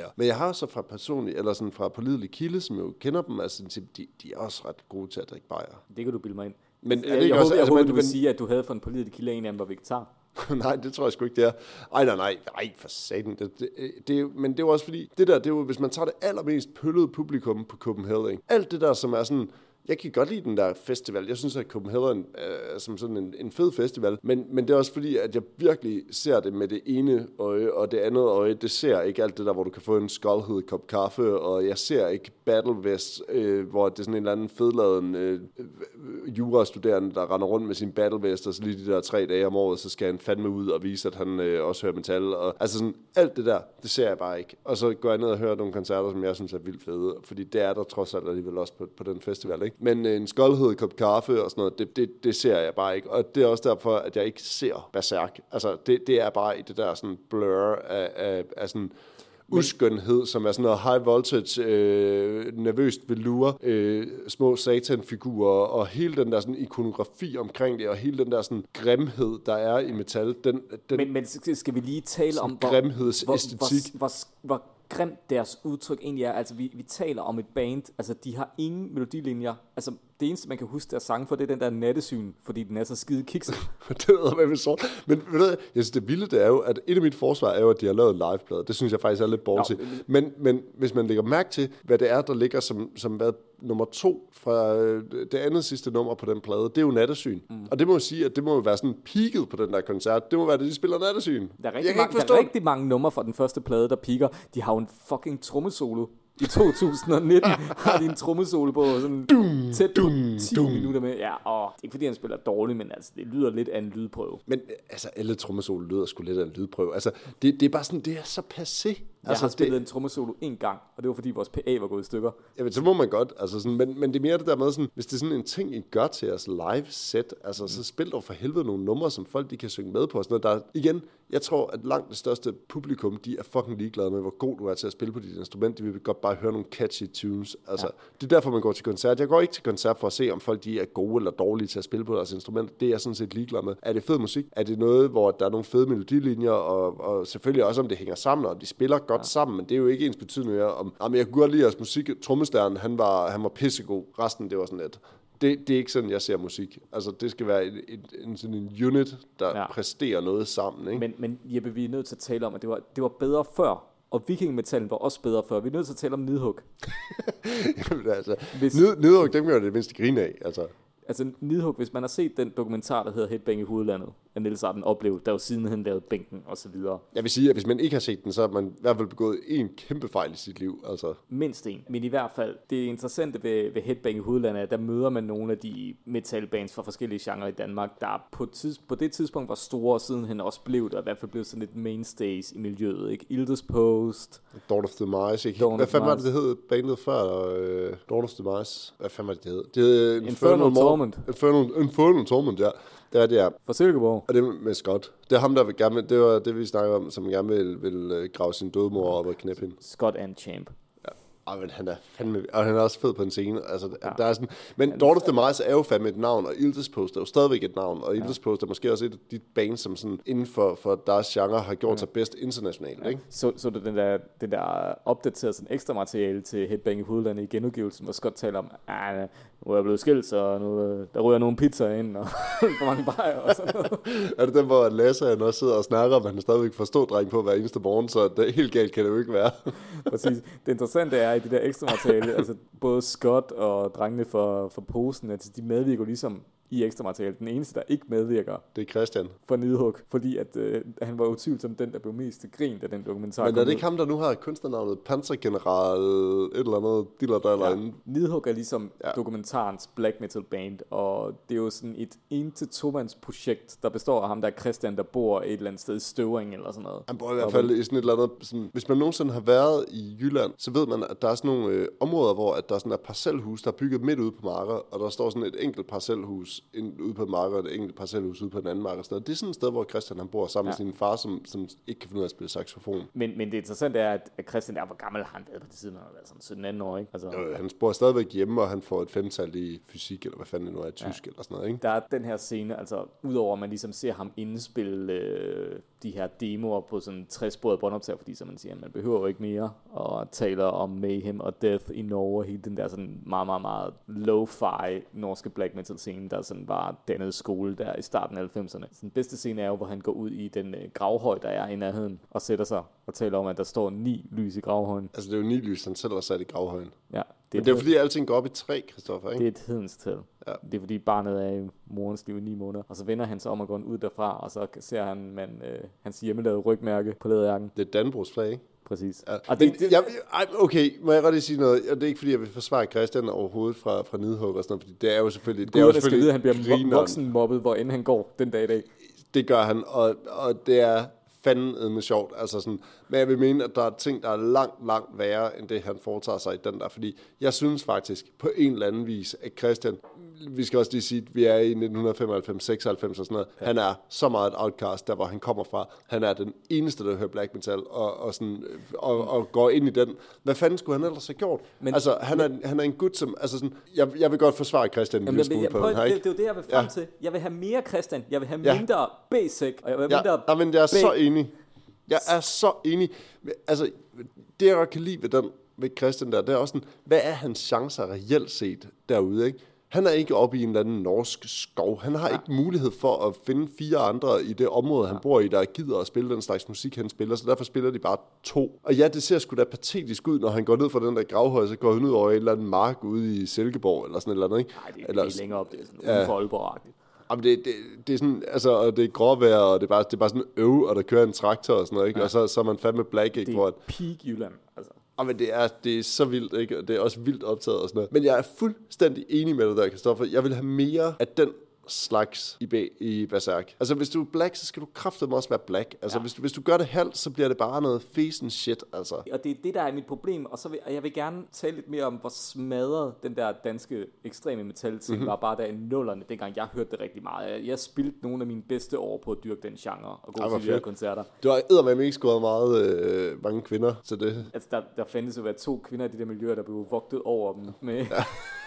bajer. Men jeg har så fra personligt, eller sådan fra pålidelig kilde, som jo kender dem, altså de, de er også ret gode til at drikke bajer. Det kan du bilde mig ind. Men er det jeg ikke jeg også, håber, altså, jeg håber men, du vil men, sige, at du havde for en pålidelig kilde, en af dem var vegetar. Nej, det tror jeg sgu ikke, det er. Ej, nej, nej, nej, for satan. Det, det, det, men det er jo også fordi, det der, det er jo, hvis man tager det allermest pøllede publikum på Copenhagen, alt det der, som er sådan, jeg kan godt lide den der festival. Jeg synes, at Copenhagen er som sådan en, en fed festival. Men, men det er også fordi, at jeg virkelig ser det med det ene øje, og det andet øje, det ser ikke alt det der, hvor du kan få en skoldhed kop kaffe, og jeg ser ikke Battle Vest, øh, hvor det er sådan en eller anden fedladen øh, jurastuderende, der render rundt med sin Battle Vest, og så lige de der tre dage om året, så skal han fandme ud og vise, at han øh, også hører metal. Og, altså sådan, alt det der, det ser jeg bare ikke. Og så går jeg ned og hører nogle koncerter, som jeg synes er vildt fede, fordi det er der trods alt alligevel også på, på den festival, ikke? Men en skoldhed, kop kaffe og sådan noget, det, det, det ser jeg bare ikke. Og det er også derfor, at jeg ikke ser Berserk. Altså, det, det er bare i det der sådan blur af, af, af sådan uskønhed, som er sådan noget high voltage, øh, nervøst velour, øh, små satanfigurer, og hele den der sådan ikonografi omkring det, og hele den der sådan grimhed, der er i metal. Den, den men, men skal vi lige tale om, hvor, grimhedsæstetik. Hvor, hvor, hvor, hvor grimt deres udtryk egentlig er. Altså, vi, vi taler om et band, altså, de har ingen melodilinjer. Altså, det eneste, man kan huske deres sange for, det er den der nattesyn, fordi den er så skide kikset. Det ved jeg, hvad så. Men ved du, jeg synes, det vilde, det er jo, at et af mit forsvar er jo, at de har lavet liveplader. Det synes jeg faktisk er lidt ballsy. Men, men hvis man lægger mærke til, hvad det er, der ligger som, som hvad, nummer to fra det andet sidste nummer på den plade, det er jo Nattesyn. Mm. Og det må jo sige, at det må jo være sådan peaket på den der koncert. Det må være det, de spiller Nattesyn. Der er rigtig, mange, der er rigtig mange numre fra den første plade, der piker. De har jo en fucking trommesolo. I to tusind nitten har de en trommesolo på sådan dum, tæt på ti dum. Minutter med. Ja, og ikke fordi han spiller dårligt, men altså, det lyder lidt af en lydprøve. Men altså, alle trommesolo lyder sgu lidt af en lydprøve. Altså, det, det er bare sådan, det er så passé. Jeg altså, har spillet det... en trommesolo en gang, og det var fordi vores P A var gået i stykker. Jamen, så må man godt. Altså, sådan, men, men det er mere det der med, sådan, hvis det er sådan en ting, I gør til jeres live-set, altså, mm. så spil dog for helvede nogle numre, som folk de kan synge med på. Og sådan noget. Der, igen, jeg tror, at langt det største publikum, de er fucking ligeglade med, hvor god du er til at spille på dit instrument. De vil godt bare høre nogle catchy tunes. Altså, ja. Det er derfor, man går til koncert. Jeg går ikke til koncert for at se, om folk de er gode eller dårlige til at spille på deres instrument. Det er jeg sådan set ligeglad med. Er det fed musik? Er det noget, hvor der er nogle fede melodilinjer, og, og selvfølgelig også, om det hænger sammen, og de spiller godt ja. sammen, men det er jo ikke ens betydende mere om, jamen, jeg kunne godt lide jeres musik. Trommestjernen, han var, han var pissegod. Resten, det var sådan lidt. Det, det er ikke sådan, jeg ser musik. Altså, det skal være en, en, en, sådan en unit, der ja. præsterer noget sammen. Ikke? Men, men Jeppe, vi er nødt til at tale om, at det var, det var bedre før. Og vikingmetallen var også bedre før. Vi er nødt til at tale om Nidhug. Jamen, altså, hvis... Nidhug, dem gør det mindste grine af. Altså. Altså Nidhug, hvis man har set den dokumentar, der hedder Headbang i Hovedlandet, af Niels Arden oplevet, der jo siden han lavede Bænken og så videre. Jeg vil sige, at hvis man ikke har set den, så har man i hvert fald begået en kæmpe fejl i sit liv. Altså. Mindst en. Men i hvert fald, det interessante ved, ved Headbang i Hovedlandet er, at der møder man nogle af de metalbands fra forskellige genrer i Danmark, der på, tids, på det tidspunkt var store, og siden han også blev der, i hvert fald blev sådan lidt mainstays i miljøet. Ikke? Ildes Post. Dawn of the Mice. Ikke? Hvad fanden var det, det hed bandet før? Uh, Dawn of the Mice. Hvad fanden var det, det hed? Det hed Infernal, Infernal Torment. Infernal, Infernal Torment, ja. Det er det, ja. For Silkeborg. Og det med Scott. Det er ham, der vil gerne, det var det, vi snakkede om, som gerne vil, vil grave sin døde mor op og knæppe hende. Scott and Champ. Ej, men han er fandme... Og han er også fed på en scene. Altså, ja. der er sådan, men Dawn of the Mice er jo fandme et navn, og Ildes Post er jo stadigvæk et navn. Og Ildes ja. Post er måske også et af de bands, som sådan inden for, for deres genre har gjort ja. sig bedst internationalt. Ja. Ikke? Så, så det den der, den der opdateret sådan ekstra materiale til Headbang i Hovedlandet i genudgivelsen, hvor Scott taler om, ah, nu er jeg blevet skilt, så nu, der ryger nogle pizzaer ind, og for mange bajer og sådan noget. Er det den, hvor Lasse han også sidder og snakker, men han stadigvæk forstår dreng på hver eneste morgen, så det helt galt kan det jo ikke være. Præcis. Det interessante er, i det der ekstra materiale, altså både Scott og drengene for, for posen, altså de medvirker ligesom i ekstra materiale. Den eneste, der ikke medvirker, det er Christian. For Nidhug, fordi at, øh, han var utvivlsomt den, der blev mest grint af den dokumentar. Men er det ikke ham, der nu har kunstnernavnet Panzergeneral et eller andet, diller der eller andet? Nidhug er ligesom ja. dokumentarens black metal band, og det er jo sådan et en-til-to-mands projekt, der består af ham, der er Christian, der bor et eller andet sted i Støvring eller sådan noget. Han bor i hvert fald i sådan et eller andet, sådan, hvis man nogensinde har været i Jylland, så ved man, at der er sådan nogle øh, områder, hvor at der er sådan et parcelhus, der er bygget midt ude på marker, og der står sådan et enkelt parcelhus hus ind, ude på et marked, og et enkelt parcelhus ude på en anden marked. Det er sådan et sted, hvor Christian han bor sammen ja. med sin far, som, som ikke kan finde ud af at spille saxofon. Men, men det interessante er, at Christian er, hvor gammel han er på det siden, han har været sådan sytten atten år, ikke? Altså, jo, han bor stadigvæk hjemme, og han får et femtal i fysik, eller hvad fanden det nu er, tysk ja. eller sådan noget, ikke? Der er den her scene, altså udover at man ligesom ser ham indspille øh, de her demoer på sådan tres-sporet båndoptager, fordi som man siger, man behøver jo ikke mere, og taler om Mayhem og Death i Norge, hele den der sådan meget, meget, meget lo-fi norske black metal scene, der sådan var dannet skole der i starten af halvfemserne. Så den bedste scene er jo, hvor han går ud i den øh, gravhøj, der er i nærheden, og sætter sig og taler om, at der står ni lys i gravhøjen. Altså det er jo ni lys, han selv har sat i gravhøjen. Ja. Det er, Men det er fordi, alting går op i tre, Christoffer, ikke? Det er et hedens tal. Ja. Det er fordi barnet er i morens liv i ni måneder. Og så vender han sig om og går ud derfra, og så ser han man, øh, hans hjemmelavede rygmærke på læderjakken. Det er Dannebrogs flag, ikke? Præcis. Ja. Og det, det, jeg, okay, må jeg godt lige sige noget? Og det er ikke fordi, jeg vil forsvare Christian overhovedet fra, fra Nidhug og sådan noget, fordi det er jo selvfølgelig... Det er jo selvfølgelig vide, han bliver voksen mobbet, hvor end han går den dag i dag. Det gør han, og, og det er fandme med sjovt. Altså sådan, men jeg vil mene, at der er ting, der er langt, langt værre, end det, han foretager sig i den der. Fordi jeg synes faktisk, på en eller anden vis, at Christian, vi skal også lige sige, at vi er i nitten femoghalvfems seksoghalvfems og sådan noget. Ja. Han er så meget et outcast, der hvor han kommer fra. Han er den eneste, der hører black metal, og, og, sådan, og, og går ind i den. Hvad fanden skulle han ellers have gjort? Men, altså, han er, han er en gut, som... Altså sådan, jeg, jeg vil godt forsvare Christian en lille smule på den her, ikke? Det, det er jo det, jeg vil frem ja. til. Jeg vil have mere Christian. Jeg vil have mindre ja. basic, og jeg vil have mindre... Ja, men jeg er så enig. Jeg er så enig. Altså, det jeg kan lide ved, den, ved Christian der, det er også sådan, hvad er hans chancer reelt set derude, ikke? Han er ikke oppe i en eller anden norsk skov. Han har ja. ikke mulighed for at finde fire andre i det område, han ja. bor i, der gider at spille den slags musik, han spiller, så derfor spiller de bare to. Og ja, det ser sgu da patetisk ud, når han går ned fra den der gravhøj, så går han ud over en eller anden mark ude i Silkeborg, eller sådan et eller andet, ikke? Nej, det er eller, helt længere op, det er sådan ja. uden for Aalborg-agtigt. Jamen det, det, det er sådan, altså, og det er gråvejr, og det er bare, det er bare sådan øv, og der kører en traktor og sådan noget, ikke? Ja. Og så, så er man fandme black, ikke? Det er hvor, peak Jylland, altså. Men det er, det er så vildt, ikke? Og det er også vildt optaget og sådan noget. Men jeg er fuldstændig enig med dig der, Christoffer. Jeg vil have mere af den slags i, B, i Berserk. Altså, hvis du er black, så skal du kraftedeme også være black. Altså, ja. hvis, du, hvis du gør det halvt, så bliver det bare noget fesen shit, altså. Og det er det, der er mit problem. Og så vil og jeg vil gerne tale lidt mere om, hvor smadret den der danske ekstreme metal-ting mm-hmm. var bare der i nullerne, dengang jeg hørte det rigtig meget. Jeg, jeg spildte nogle af mine bedste år på at dyrke den genre og gå til de her koncerter. Du har eddermame ikke scoret meget øh, mange kvinder til det. Altså, der, der fandtes jo været to kvinder i de der miljøer, der blev vogtet over dem med... Ja.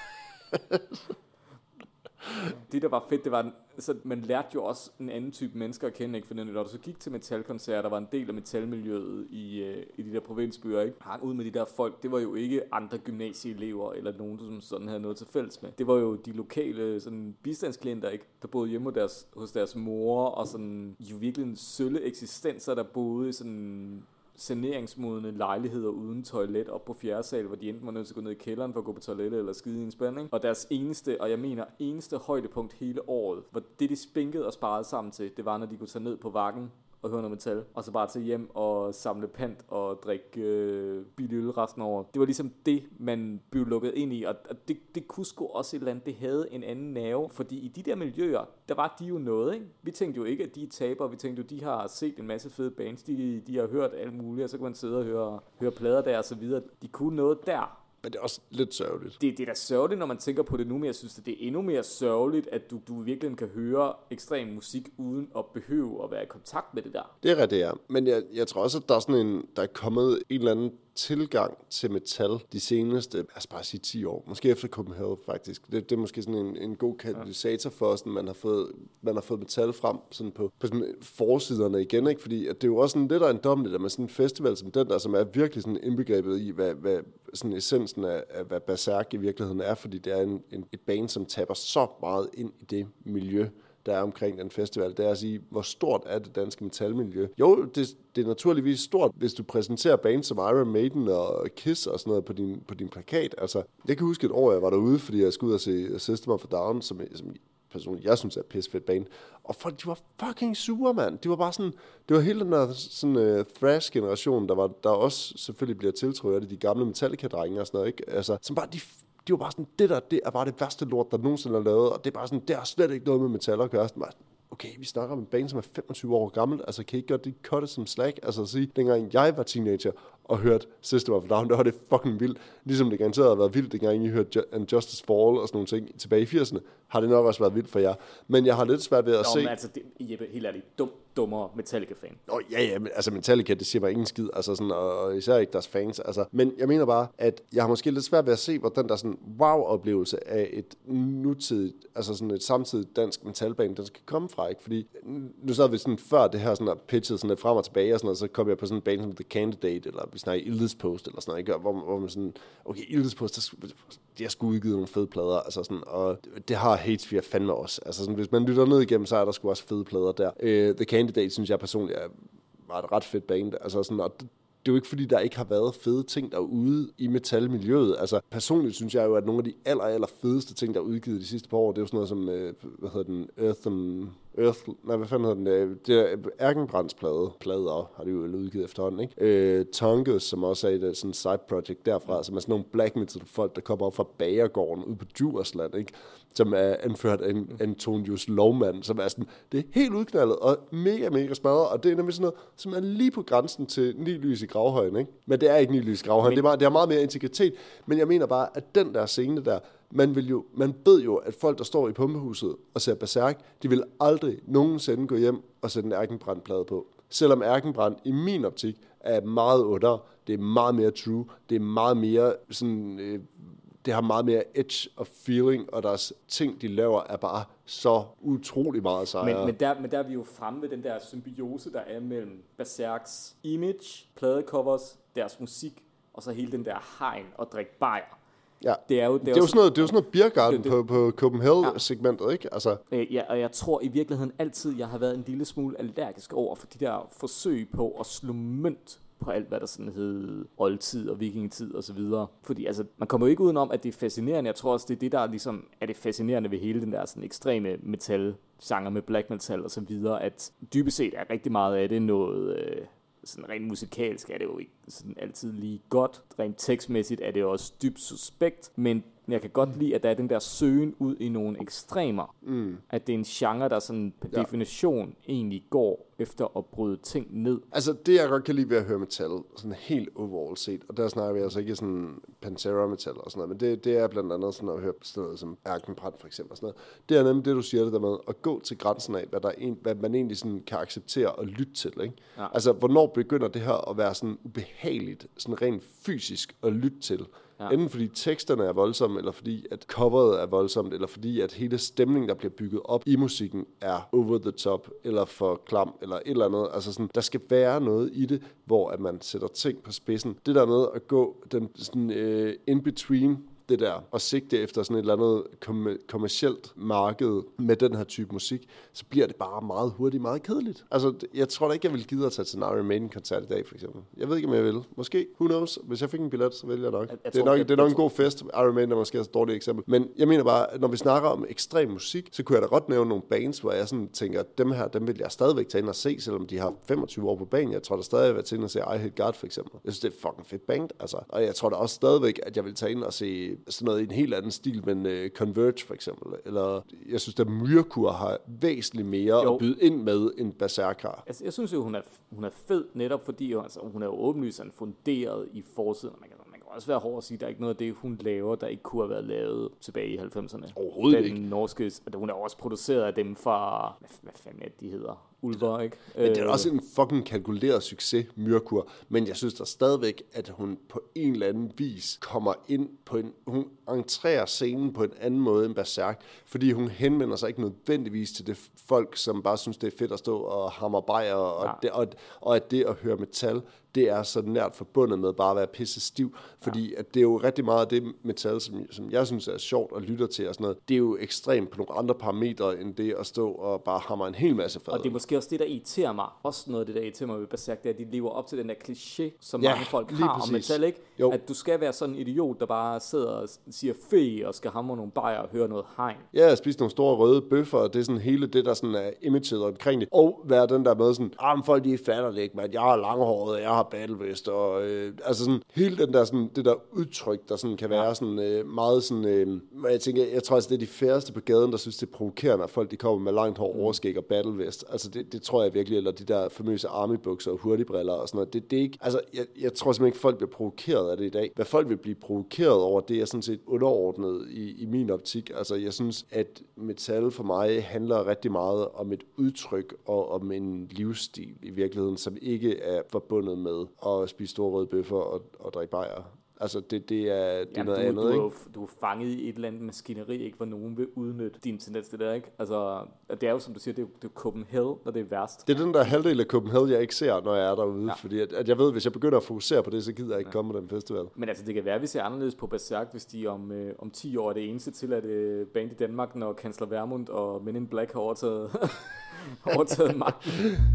Det, der var fedt, det var, så man lærte jo også en anden type mennesker at kende, ikke? For når du så gik til metalkoncerter, var en del af metalmiljøet i, øh, i de der provinsbyer, ikke? Hang ud med de der folk, det var jo ikke andre gymnasieelever, eller nogen, som sådan havde noget til fælles med. Det var jo de lokale sådan, bistandsklienter, ikke? Der boede hjemme hos deres, hos deres mor, og sådan, jo virkelig en sølle eksistenser, der boede i sådan... saneringsmodne lejligheder uden toilet op på fjerde sal, hvor de enten var nødt til at gå ned i kælderen for at gå på toilettet eller skide i en spand, ikke? Og deres eneste, og jeg mener eneste højdepunkt hele året, hvor det de spinkede og sparede sammen til, det var når de kunne tage ned på Vakken og høre noget metal, og så bare tage hjem og samle pant og drikke øh, billig øl resten af året. Det var ligesom det, man blev lukket ind i, og det, det kunne sgu også et eller andet, det havde en anden nerve, fordi i de der miljøer, der var de jo noget, ikke? Vi tænkte jo ikke, at de er taber, vi tænkte jo, de har set en masse fede bands, de, de har hørt alt muligt, og så kan man sidde og høre, høre plader der og så videre. De kunne noget der. Men det er også lidt sørgeligt. Det, det er da sørgeligt, når man tænker på det nu, men jeg synes, at det er endnu mere sørgeligt, at du, du virkelig kan høre ekstrem musik, uden at behøve at være i kontakt med det der. Det er rigtigt, ja. Men jeg, jeg tror også, at der er sådan en, der er kommet en eller anden tilgang til metal de seneste, lad os bare sige ti år. Måske efter Copenhagen faktisk. Det, det er måske sådan en, en god katalysator for os, man har fået, man har fået metal frem sådan på, på sådan forsiderne igen, ikke? Fordi at det er jo også sådan lidt ejendommeligt, at med sådan en festival som den der, som er virkelig sådan indbegrebet i, hvad, hvad sådan essensen af, af, hvad Berserk i virkeligheden er, fordi det er en, en, et band, som taber så meget ind i det miljø, der er omkring den festival. Det er at sige, hvor stort er det danske metalmiljø? Jo, det, det er naturligvis stort, hvis du præsenterer bands som Iron Maiden og Kiss og sådan noget på din, på din plakat. Altså, jeg kan huske et år, jeg var derude, fordi jeg skulle ud og se System of a Down, som, som personligt, jeg synes er pissefedt band. Og folk, de var fucking sure, mand. De var bare sådan, det var hele den der sådan, uh, thrash-generation, der var, der også selvfølgelig bliver tiltrykket af de gamle Metallica-drenge og sådan noget, ikke? Altså, som bare, de de var bare sådan, det der, det er bare det værste lort, der nogensinde er lavet, og det er bare sådan, det har slet ikke noget med metal at gøre. okay, vi snakker om en band, som er femogtyve år gammel, altså kan I ikke godt det cutte som slack, altså at sige, dengang jeg var teenager, og hørte System of a Down, der var det fucking vildt. Ligesom det garanteret har været vildt, dengang I hørte And Justice for All og sådan nogle ting tilbage i firserne, har det nok også været vildt for jer. Men jeg har lidt svært ved at Nå, se... men altså, det, Jeppe, helt ærligt, dum, dummere Metallica-fan. Åh, ja, ja, men, altså Metallica, det siger mig ingen skid, altså sådan, og, og især ikke deres fans, altså. Men jeg mener bare, at jeg har måske lidt svært ved at se, hvor den der sådan wow-oplevelse af et nutidigt, altså sådan et samtidigt dansk metalband, den skal komme fra, ikke? Fordi nu sad vi sådan før det her sådan der pitchet sådan lidt frem og tilbage og sådan noget, så kom jeg på sådan en band som The Candidate, eller vi snakker Ildes Post, eller sådan noget, ikke? Hvor, hvor man sådan, okay, Ildes Post, der, de har sgu udgivet nogle fede plader, altså sådan, og det har Hatesphere fandme også, altså sådan, hvis man lytter ned igennem, så er der sgu også fede plader der. Uh, The Candidate, synes jeg personligt, er var et ret fedt band, altså sådan, og det, det er jo ikke fordi, der ikke har været fede ting derude i metalmiljøet. Altså personligt synes jeg jo, at nogle af de aller, aller fedeste ting, der er udgivet de sidste par år, det er jo sådan noget som, øh, hvad hedder den, Earth and... Earth, nej, hvad fanden hedder den? Det er Erkenbrands plade. Plader har de jo udgivet efterhånden, ikke? Øh, Tongus, som også er et sådan side project derfra, som er sådan nogle black metal folk, der kommer op fra Bagergården ude på Djursland, ikke? Som er anført af en Antonius Lovmand, som er sådan, det er helt udknaldet og mega, mega smadret, og det er nemlig sådan noget, som er lige på grænsen til Ny Lys i Gravhøjen, ikke? Men det er ikke Ny Lys i Gravhøjen, men... det, er meget, det er meget mere integritet, men jeg mener bare, at den der scene der, man vil jo, man ved jo, at folk, der står i pumpehuset og ser Berserk, de vil aldrig nogensinde gå hjem og sætte en Erkenbrand-plade på. Selvom Erkenbrand i min optik er meget under, det er meget mere true, det er meget mere sådan, øh, det har meget mere edge og feeling, og deres ting, de laver, er bare så utrolig meget sejre. Men, men, der, men der er vi jo fremme ved den der symbiose, der er mellem Berserks image, pladecovers, deres musik, og så hele den der hegn og drik bajer. Ja, det er jo, det er det er jo sådan noget, det er jo sådan noget Biergarten det, det, på, på Copenhagen-segmentet, ja. Ikke? Altså. Øh, ja, og jeg tror i virkeligheden altid, jeg har været en lille smule allergisk over for de der forsøg på at slå mønt på alt, hvad der sådan hed oldtid og vikingetid og så videre. Fordi altså, man kommer jo ikke udenom, at det er fascinerende. Jeg tror også, det er det, der ligesom er det fascinerende ved hele den der sådan ekstreme metal-genre med black metal og så videre, at dybest set er rigtig meget af det noget... Øh, sådan rent musikalsk er det jo ikke sådan altid lige godt. Rent tekstmæssigt er det også dybt suspekt, men jeg kan godt lide, at der er den der søgen ud i nogle ekstremer. Mm. At det er en genre, der sådan per ja. definition egentlig går efter at bryde ting ned. Altså det, jeg godt kan lide ved at høre metal, sådan helt overall set, og der snakker vi altså ikke sådan Pantera metal og sådan noget, men det, det er blandt andet sådan at høre sådan noget som Erkenbrand for eksempel og sådan noget. Det er nemlig det, du siger det der med at gå til grænsen af, hvad, der en, hvad man egentlig sådan kan acceptere og lytte til. Ikke? Ja. Altså hvornår begynder det her at være sådan ubehageligt, sådan rent fysisk at lytte til. Ja. Enten fordi teksterne er voldsomme, eller fordi at coveret er voldsomt, eller fordi at hele stemningen, der bliver bygget op i musikken, er over the top, eller for klam, eller et eller andet. Altså sådan, der skal være noget i det, hvor at man sætter ting på spidsen. Det der med at gå den sådan uh, in between det der, og sigte efter sådan et eller andet kom- kommercielt marked med den her type musik, så bliver det bare meget hurtigt, meget kedeligt. Altså, jeg tror da ikke, jeg vil gide at tage til en Iron Maiden-koncert i dag, for eksempel. Jeg ved ikke, om jeg vil. Måske, who knows? Hvis jeg fik en billet, så vælger jeg nok. Jeg, jeg det er tror, nok, jeg, det er nok en god fest. Iron Maiden er måske et dårligt eksempel. Men jeg mener bare, at når vi snakker om ekstrem musik, så kunne jeg da godt nævne nogle bands, hvor jeg sådan tænker, dem her, dem vil jeg stadigvæk tage ind og se, selvom de har femogtyve år på banen. Jeg tror da stadig, jeg vil tage ind og se I Hate God, for eksempel. Jeg synes, det er et fucking fedt band, altså. Og jeg tror da også stadigvæk, at jeg vil tage ind og se sådan noget i en helt anden stil, men uh, Converge for eksempel, eller jeg synes, at Myrkur har væsentligt mere jo. At byde ind med en Berserker. Altså, jeg synes jo, hun er, hun er fed, netop fordi jo, altså, hun er jo åbenlyst funderet i forsiden. Man kan, man kan også være hård at sige, at der er ikke noget af det, hun laver, der ikke kunne have været lavet tilbage i halvfemserne. Overhovedet Den ikke. Norske, altså, hun er også produceret af dem fra, hvad, hvad fanden er det, de hedder? Ulver, ikke? Men det er også en fucking kalkuleret succes, Myrkur. Men jeg synes da stadigvæk, at hun på en eller anden vis kommer ind på en... Hun entrerer scenen på en anden måde end Berserk, fordi hun henvender sig ikke nødvendigvis til det folk, som bare synes, det er fedt at stå og hamre bajer, og, ja. det, og, og at det at høre metal, det er så nært forbundet med bare at være pisse stiv, fordi ja. At det er jo rigtig meget af det metal, som, som jeg synes er sjovt og lytter til og sådan noget, det er jo ekstremt på nogle andre parametre, end det at stå og bare hamre en hel masse fad. Og det er måske måske også det, der irriterer mig. Også noget af det, der irriterer mig ved Berserk, det er, at de lever op til den der kliché, som ja, mange folk har om metal, ikke? Jo. At du skal være sådan en idiot, der bare sidder og siger fæ, og skal hamre nogle bajer og høre noget hegn. Ja, at spise nogle store røde bøffer, og det er sådan hele det, der sådan er imaget omkring det. Og være den der med sådan, ah, men folk de fatter det ikke, man. Jeg har langhåret, jeg har battlevest, og øh, altså sådan, hele den der sådan, det der udtryk, der sådan kan være sådan øh, meget sådan, øh, jeg tænker, jeg tror altså, det er de færreste på gaden, der synes, det er provokerende, at folk de kommer med langt hår, overskæg og battlevest. Altså det, det tror jeg virkelig, eller de der famøse armybukser og hurtigbriller og sådan noget. Det, det er ikke, altså jeg, jeg tror simpelthen ikke, folk bliver provokeret af det i dag. Hvad folk vil blive provokeret over, det er sådan set underordnet i, i min optik. Altså jeg synes, at metal for mig handler rigtig meget om et udtryk og om en livsstil i virkeligheden, som ikke er forbundet med at spise store røde bøffer og, og drikke bajer. Altså, det, det er, det er Jamen, noget du, andet, du, ikke? er, du er fanget i et eller andet maskineri, ikke, hvor nogen vil udnytte din tendens til det der, ikke? Altså, det er jo, som du siger, det er, det er Copenhagen, når det er værst. Det er den der halvdel af Copenhagen, jeg ikke ser, når jeg er derude, ja. Fordi at, at jeg ved, hvis jeg begynder at fokusere på det, så gider jeg ikke ja. komme på den festival. Men altså, det kan være, at vi ser anderledes på Berserk, hvis de om, øh, om ti år er det eneste til, at øh, band i Danmark, når Kansler Vermund og Men in Black har overtaget, overtaget magten.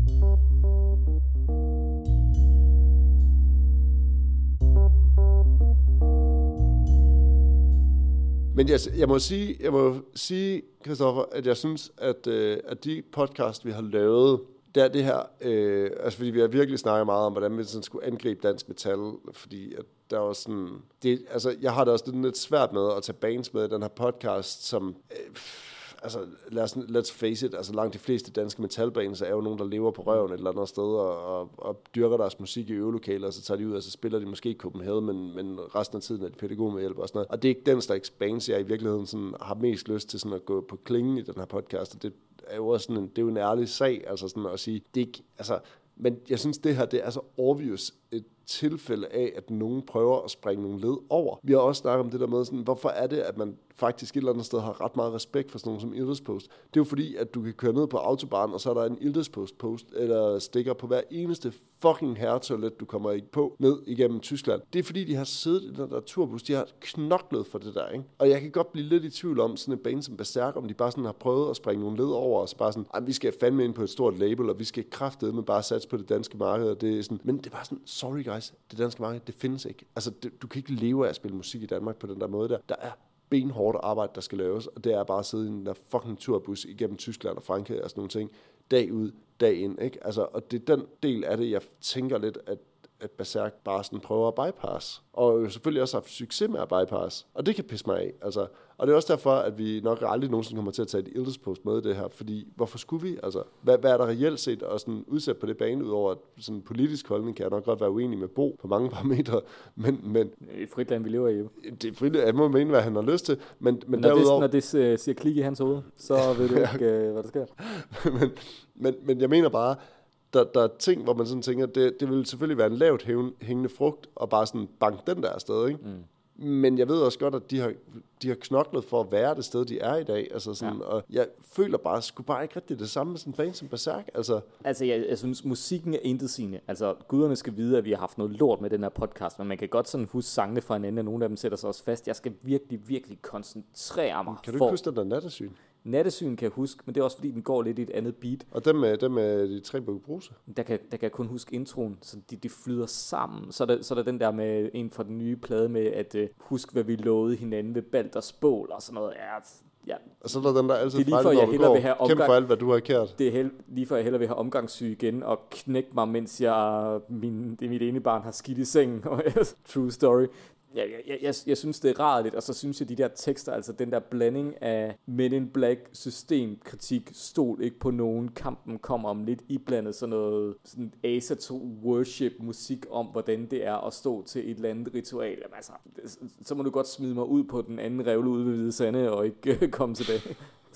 Men jeg, jeg må sige, jeg må sige, Christoffer, at jeg synes, at, øh, at de podcast, vi har lavet, det er det her, øh, altså fordi vi har virkelig snakket meget om, hvordan vi sådan skulle angribe dansk metal, fordi at der var sådan, det, altså jeg har det også lidt svært med at tage bands med i den her podcast, som, øh, altså lad os, let's face it, altså langt de fleste danske metalbands er jo nogen, der lever på røven et eller andet sted, og, og, og dyrker deres musik i øvelokaler, og så tager de ud, og så spiller de måske i Copenhagen, men, men resten af tiden er de pædagog med hjælp og sådan noget. Og det er ikke den slags bands, jeg i virkeligheden sådan, har mest lyst til sådan at gå på klingen i den her podcast, og det er jo også sådan en, det er jo en ærlig sag, altså sådan at sige, det er ikke, altså, men jeg synes, det her, det er så obvious et tilfælde af, at nogen prøver at springe nogle led over. Vi har også snakket om det der med, sådan, hvorfor er det, at man faktisk et eller andet sted har ret meget respekt for sådan nogen som Ilderspost. Det er jo fordi, at du kan køre ned på autobahn, og så er der en Ilderspost-post eller sticker på hver eneste fucking herretoilet, du kommer ikke på, ned igennem Tyskland. Det er fordi, de har siddet i den der turbus, de har knoklet for det der, ikke? Og jeg kan godt blive lidt i tvivl om sådan en band som Berserk, om de bare sådan har prøvet at springe nogle led over, og så bare sådan, vi skal fandme ind på et stort label, og vi skal kraftedeme bare satse på det danske marked, og det er sådan, men det er bare sådan, sorry guys, det danske marked, det findes ikke. Altså, det, du kan ikke leve af at spille musik i Danmark på den der måde der. Der er benhårdt arbejde, der skal laves, og det er bare at sidde i en der fucking turbus igennem Tyskland og Frankrig og sådan nogle ting, dag ud, dag ind, ikke? Altså, og det er den del af det, jeg tænker lidt, at at Berserk bare sådan prøver at bypass. Og jo selvfølgelig også har haft succes med at bypass. Og det kan pisse mig af. Altså, og det er også derfor, at vi nok aldrig nogensinde kommer til at tage et Ilderspost med i det her. Fordi, hvorfor skulle vi? Altså, hvad, hvad er der reelt set at sådan udsat på det bane, udover at sådan en politisk holdning kan jeg nok godt være uenig med Bo på mange parametre. Men, men et frit land, vi lever i. Det er frit land, jeg må mene, hvad han har lyst til. Men, men når, derudover, det, når det siger klik i hans hoved, så ved du ikke, øh, hvad der sker. men, men, men jeg mener bare, Der, der er ting, hvor man sådan tænker, det, det vil selvfølgelig være en lavt hængende frugt, og bare sådan banke den der afsted, ikke? Mm. Men jeg ved også godt, at de har, de har knoklet for at være det sted, de er i dag. Altså sådan, ja. Og jeg føler bare, sgu bare ikke rigtig det samme med sådan en band som Berserk. Altså, altså jeg, jeg synes, musikken er intetsigende. Altså, guderne skal vide, at vi har haft noget lort med den her podcast, men man kan godt sådan huske sangene fra en ende, og nogle af dem sætter sig også fast. Jeg skal virkelig, virkelig koncentrere mig. Kan du for... ikke huske den der Nattesyn? Nattesyn kan jeg huske, men det er også fordi, den går lidt i et andet beat. Og dem med, dem med de tre Bukke Bruse? Der kan, der kan jeg kun huske introen, så de, de flyder sammen. Så er, der, så er der den der med en fra den nye plade med, at uh, husk, hvad vi lovede hinanden ved Balders bål og sådan noget. Ja, ja. Og så er der den der altid det er lige for, jeg hellere vil have omgang... Kæmpe for alt, hvad du har kært. Det er hel... lige for, jeg hellere vil have omgangssyg igen og knække mig, mens jeg, min, det mit ene barn har skidt i sengen. True story. Ja, jeg, jeg, jeg synes, det er rart lidt, og så synes jeg, de der tekster, altså den der blanding af Men in Black systemkritik, stol ikke på nogen, kampen kommer om lidt iblandet sådan noget sådan Asa to worship musik om, hvordan det er at stå til et eller andet ritual. Jamen, altså, så må du godt smide mig ud på den anden revle ude ved Hvide Sande og ikke komme tilbage.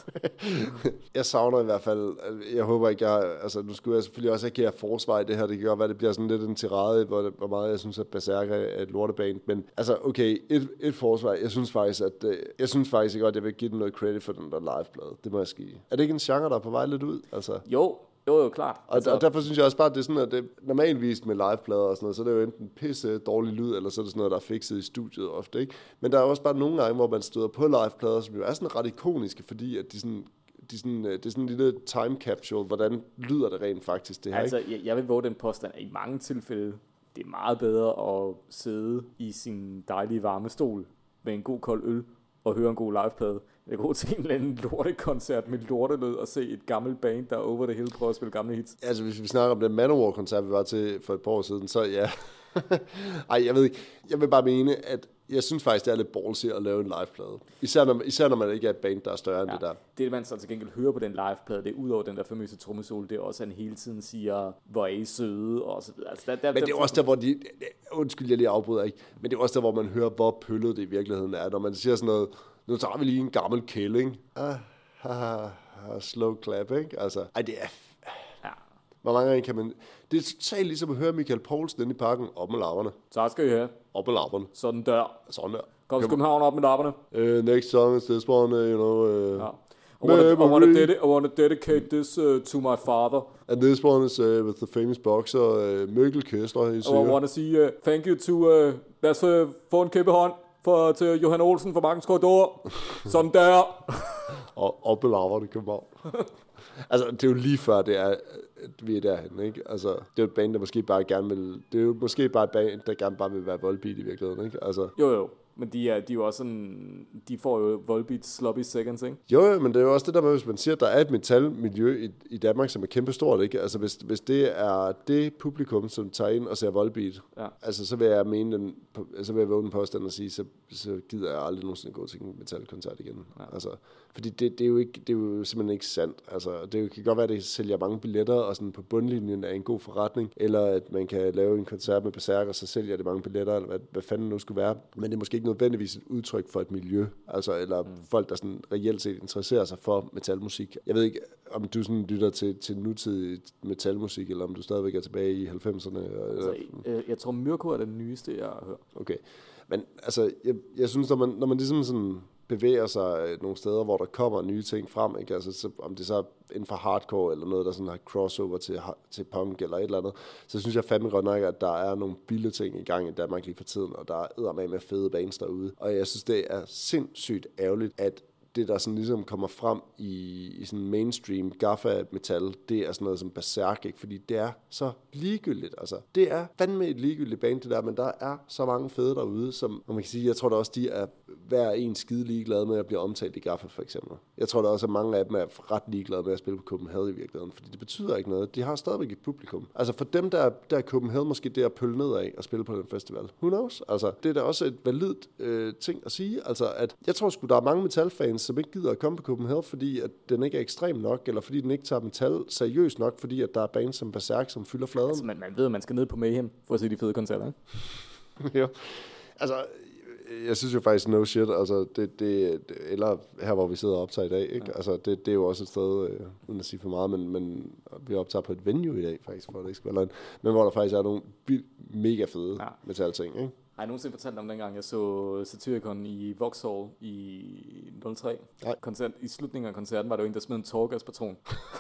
Jeg savner i hvert fald, jeg håber ikke, jeg, altså nu skulle jeg selvfølgelig også agere forsvar i det her, det kan godt være, det bliver sådan lidt en tirade, hvor, hvor meget jeg synes, at Berserk er et lorteband, men altså okay, et, et forsvar, jeg synes faktisk, at jeg synes faktisk ikke godt, at jeg vil give dem noget credit for den der liveplade, det må jeg sige. Er det ikke en genre, der er på vej lidt ud? Altså? Jo, Jo, jo, klart. Og, altså, og derfor synes jeg også bare, at det er sådan, at det normalvis med liveplader og sådan noget, så er det jo enten pisse dårlig lyd, eller så er det sådan noget, der er fikset i studiet ofte, ikke? Men der er også bare nogle gange, hvor man støder på liveplader, som jo er sådan ret ikoniske, fordi at de sådan de sådan, det er sådan en lille time capsule, hvordan lyder det rent faktisk, det her, altså, ikke? jeg, jeg vil våge den påstand, at i mange tilfælde, det er meget bedre at sidde i sin dejlige varme stol med en god kold øl og høre en god liveplade. Jeg går til en eller anden lortekoncert med lortelød og se et gammelt band, der over det hele prøver at spille gamle hits. Altså, hvis vi snakker om den Manowar-koncert, vi var til for et par år siden, så ja. Ej, jeg ved ikke. Jeg vil bare mene, at jeg synes faktisk, det er lidt ballsy at lave en liveplade. Især når, især når man ikke er et band, der er større end Ja, det der. det, man så til gengæld hører på den liveplade, det er udover den der famøse trommesolo, det er også, at han hele tiden siger, hvor er I søde, og så videre. Altså, der, der, Men det er også der, hvor de... Undskyld, jeg lige afbryder ikke. Men det er også der, hvor man hører, hvor pøllet det i virkeligheden er. Når man siger sådan noget, nu tager vi lige en gammel kælling. Ah, haha, slow clap, ikke? Altså, ej, det er... Ja. Hvor mange gange kan man... Det er totalt ligesom at høre Michael Poulsen inde i parken. Op med lapperne. Så skal I have. Op med lapperne. Sådan der. Sådan der. Kom til København op med lapperne. Uh, next song is this one, uh, you know... Uh, Ja. I want, to, I, want to dedi- I want to dedicate this uh, to my father. And this one is uh, with the famous boxer uh, Mikkel Kessler. I want to sige uh, thank you to... Uh, lad os uh, få en kæmpehånd for, til Johan Olsen fra Markens Korridor. Sådan der. Og op med lapperne, København. Altså, det er jo lige før, det er, at vi er derhen, ikke? Altså, det er jo et band, der måske bare gerne vil... Det er jo måske bare et band, der gerne bare vil være Volbeat i virkeligheden, ikke? Altså... Jo, jo. Men de er, de er jo også sådan... De får jo Volbeat sloppy seconds, ikke? Jo, jo, men det er jo også det der med, hvis man siger, at der er et metalmiljø i, i Danmark, som er kæmpestort, ikke? Altså, hvis, hvis det er det publikum, som tager ind og ser Volbeat, Ja. altså, så vil jeg mene den... Så vil jeg våge den påstand og sige, så, så gider jeg aldrig nogensinde gå til en metalkoncert igen. Ja. Altså, fordi det, det, er jo ikke, det er jo simpelthen ikke sandt. Altså, det kan godt være, at det sælger mange billetter, og sådan på bundlinjen er en god forretning, eller at man kan lave en koncert med Berserk, og så sælger det mange billetter, eller hvad, hvad fanden nu skulle være. Men det er måske ikke nødvendigvis et udtryk for et miljø, altså, eller mm. folk, der sådan reelt set interesserer sig for metalmusik. Jeg ved ikke, om du sådan lytter til, til nutidig metalmusik, eller om du stadigvæk er tilbage i halvfemserne. Altså, øh, jeg tror, Myrko er den nyeste, jeg har hørt. Okay, men altså, jeg, jeg synes, når man, når man ligesom sådan bevæger sig nogle steder, hvor der kommer nye ting frem, ikke? Altså, så, om det så er inden for hardcore, eller noget, der sådan har crossover til, til punk, eller et eller andet, så synes jeg fandme godt nok, at der er nogle billige ting i gang i Danmark lige for tiden, og der er eddermame med fede bands derude. Og jeg synes, det er sindssygt ærgerligt, at det, der sådan ligesom kommer frem i, i sådan mainstream gaffa-metal, det er sådan noget som Berserk, ikke? Fordi det er så ligegyldigt, altså. Det er fandme et ligegyldigt band, det der, men der er så mange fede derude, som, og man kan sige, jeg tror da også, de er hver en skide ligeglade med at blive omtalt i gaffa, for eksempel. Jeg tror da også, at mange af dem er ret ligeglade med at spille på Copenhagen i virkeligheden, fordi det betyder ikke noget. De har stadigvæk et publikum. Altså for dem, der, der er Copenhagen måske det at pølle ned af og spille på den festival. Who knows? Altså, det er da også et validt øh, ting at sige. Altså, at jeg tror sgu, der er mange metalfans, som ikke gider at komme på Copenhagen, fordi at den ikke er ekstrem nok, eller fordi den ikke tager metal seriøst nok, fordi at der er bands som Berserk, som fylder fladen. Altså, man, man ved, at man skal ned på Mayhem for at se de fede koncerter, ikke? Jo. Altså, jeg synes jo faktisk no shit, altså det, det, eller her hvor vi sidder og optager i dag, ikke? Ja. Altså det, det er jo også et sted, øh, uden at sige for meget, men, men vi optager på et venue i dag faktisk, for at det ikke skal være løgn, men hvor der faktisk er nogle mega fede ja. metal ting, ikke? Har jeg nogensinde fortalt om dengang, jeg så Satyricon i Vauxhall i nul tre? Nej. Koncert, I slutningen af koncerten var der jo en, der smed en tårgaspatron.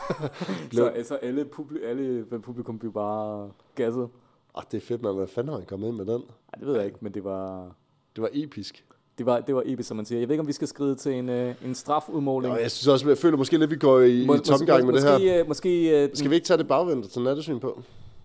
så altså alle, publi- alle publikum blev bare gasset. Ah, det er fedt, man. Hvad fanden har han kommet ind med den? Nej, det ved jeg ikke, men det var... Det var episk. Det var, det var episk, som man siger. Jeg ved ikke, om vi skal skride til en, øh, en strafudmåling. Nå, jeg synes også, jeg føler måske lidt, vi går i, Mås- i tomgang med måske, det her. Øh, måske, øh, skal vi ikke tage det bagvendt til nattesyn på?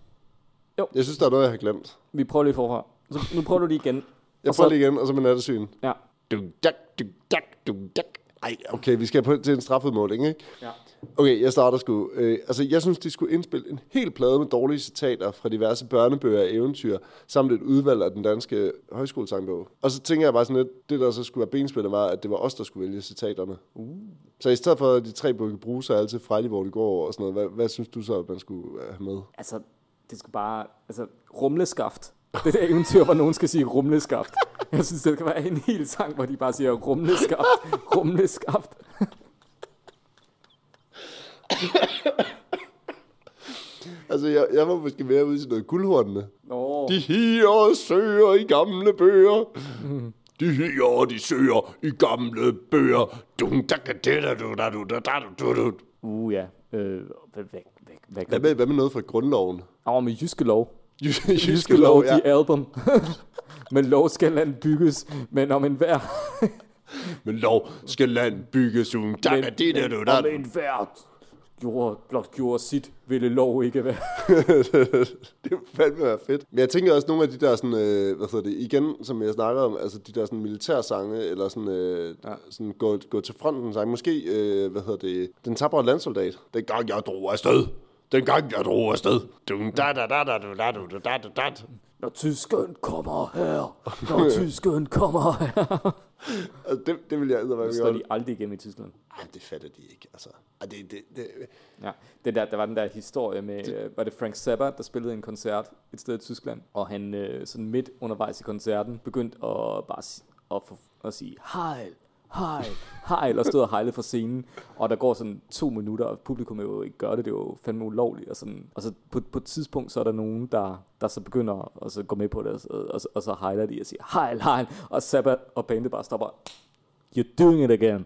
Jo. Jeg synes, der er noget, jeg har glemt. Vi prøver lige forfra. Så nu prøver du lige igen. Jeg prøver lige igen, og så med nattesyn. Ja. Du, dak, du, dak, du, dak. Ej, okay, vi skal på, til en strafudmåling, ikke? Ja. Okay, jeg starter sgu. Øh, altså, jeg synes, de skulle indspille en hel plade med dårlige citater fra diverse børnebøger og eventyr, samt et udvalg af den danske højskolesangbog. Og så tænker jeg bare sådan lidt, det der så skulle være benspillet var, at det var os, der skulle vælge citaterne. Uh. Så i stedet for, at de tre burde bruge sig altid frejlig, hvor det går og sådan noget, hvad, hvad synes du så, at man skulle have med? Altså, det skulle bare... Altså, rumleskaft. Det der eventyr, hvor nogen skal sige rumleskaft. Jeg synes, det kan være en hel sang, hvor de bare siger rumleskaft, rumleskaft. Altså, jeg, jeg var måske mere ude til noget guldhornene. Oh. De higer og søger i gamle bøger. Mm. De higer og de søger i gamle bøger. Uh, ja. Øh, hvad, hvad, hvad, hvad, hvad, med, hvad med noget fra grundloven? Åh, oh, med Jyske Lov. Jyske, Jyske Lov, ja. De album. Men lov skal land bygges, men om en hver... Men lov skal land bygges uden. Men, men om en hvert gjorde, blot gjorde sit, ville lov ikke være. Det ville fandme være fedt. Men jeg tænker også nogle af de der sådan, øh, hvad hedder det, igen, som jeg snakker om, altså de der sådan militærsange, eller sådan, øh, ja. sådan gå, gå til fronten sang. Måske, øh, hvad hedder det, Den tabre landsoldat. Den gang jeg drog afsted. Den gang jeg drog afsted. Dun, da, da, da, da, da, da, da, da, da. Når tysken kommer her. Når tysken kommer her. Altså, det, det vil jeg eddermame gøre. Så står de aldrig igennem i Tyskland. Ej, det fatter de ikke, altså. Ej, det, det, det. Ja, det der, der var den der historie med, det. Øh, var det Frank Zappa, der spillede en koncert et sted i Tyskland, og han øh, sådan midt undervejs i koncerten begyndte at bare at, at, at sige, hejl, hejl, hejl, og stod og hejlede fra scenen, og der går sådan to minutter, og publikum vil jo ikke gøre det, det er jo fandme ulovligt, og, sådan, og så på, på et tidspunkt, så er der nogen, der, der så begynder at så gå med på det, og, og, og, og så hejler de og siger, hejl, hejl, og Zappa og bandet bare stopper, you're doing it again.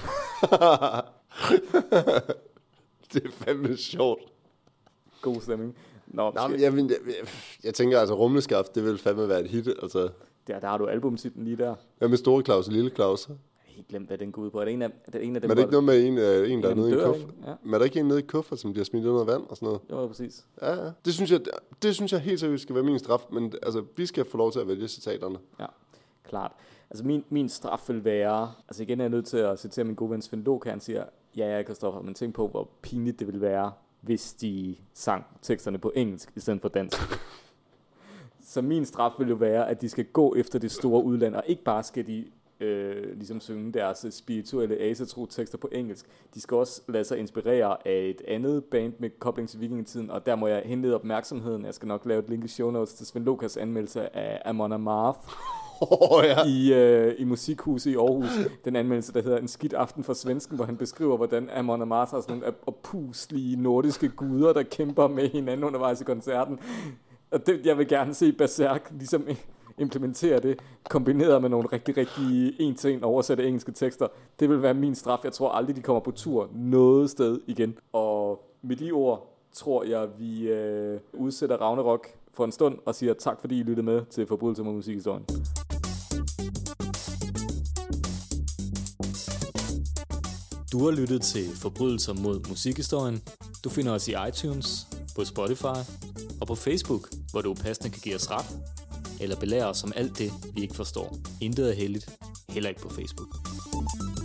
Det er fandme sjovt. God stemning. Nå, Nå, jeg, jeg, jeg, jeg tænker altså, Rumleskaft, det vil fandme være et hit, altså. Der, der har du albumtitlen lige der. Hvad med Store Claus og Lille Claus? Jeg har helt glemt, hvad den går ud på. Er det en af, er det en af dem? Men er det ikke noget med en, uh, en der er nede i en dør, kuffert? Ja. Men er der ikke en nede i kuffert, som bliver smidt under vand og sådan noget? Jo, præcis. Ja, ja. Det synes jeg, det synes jeg helt seriøst skal være min straf, men altså, vi skal få lov til at vælge citaterne. Ja, klart. Altså min, min straf vil være, altså igen er jeg nødt til at citere min gode ven Svend Lok, han siger, ja, ja, Kristoffer, men tænk på, hvor pinligt det vil være, hvis de sang teksterne på engelsk i stedet for dansk. Så min straf vil jo være, at de skal gå efter det store udland, og ikke bare skal de øh, ligesom synge deres spirituelle asetro-tekster på engelsk. De skal også lade sig inspirere af et andet band med kobling til vikingetiden, og der må jeg henlede opmærksomheden. Jeg skal nok lave et link i show notes til Svend Lokas anmeldelse af Amon Amarth. Oh, ja. I, øh, i Musikhuset i Aarhus. Den anmeldelse, der hedder En skidt aften for svensken, hvor han beskriver, hvordan Amon Amarth har sådan nogle opuslige nordiske guder, der kæmper med hinanden undervejs i koncerten. Og det, jeg vil gerne se Berserk ligesom implementere det, kombineret med nogle rigtig, rigtig en-til-en oversatte engelske tekster. Det vil være min straf. Jeg tror aldrig, de kommer på tur noget sted igen. Og med de ord tror jeg, vi øh, udsætter Ragnarok for en stund og siger tak, fordi I lyttede med til Forbrydelser mod musikhistorien. Du har lyttet til Forbrydelser mod musikhistorien. Du finder os i iTunes, på Spotify og på Facebook, hvor du passende kan give os ret, eller belære os om alt det, vi ikke forstår. Intet er heldigt, heller ikke på Facebook.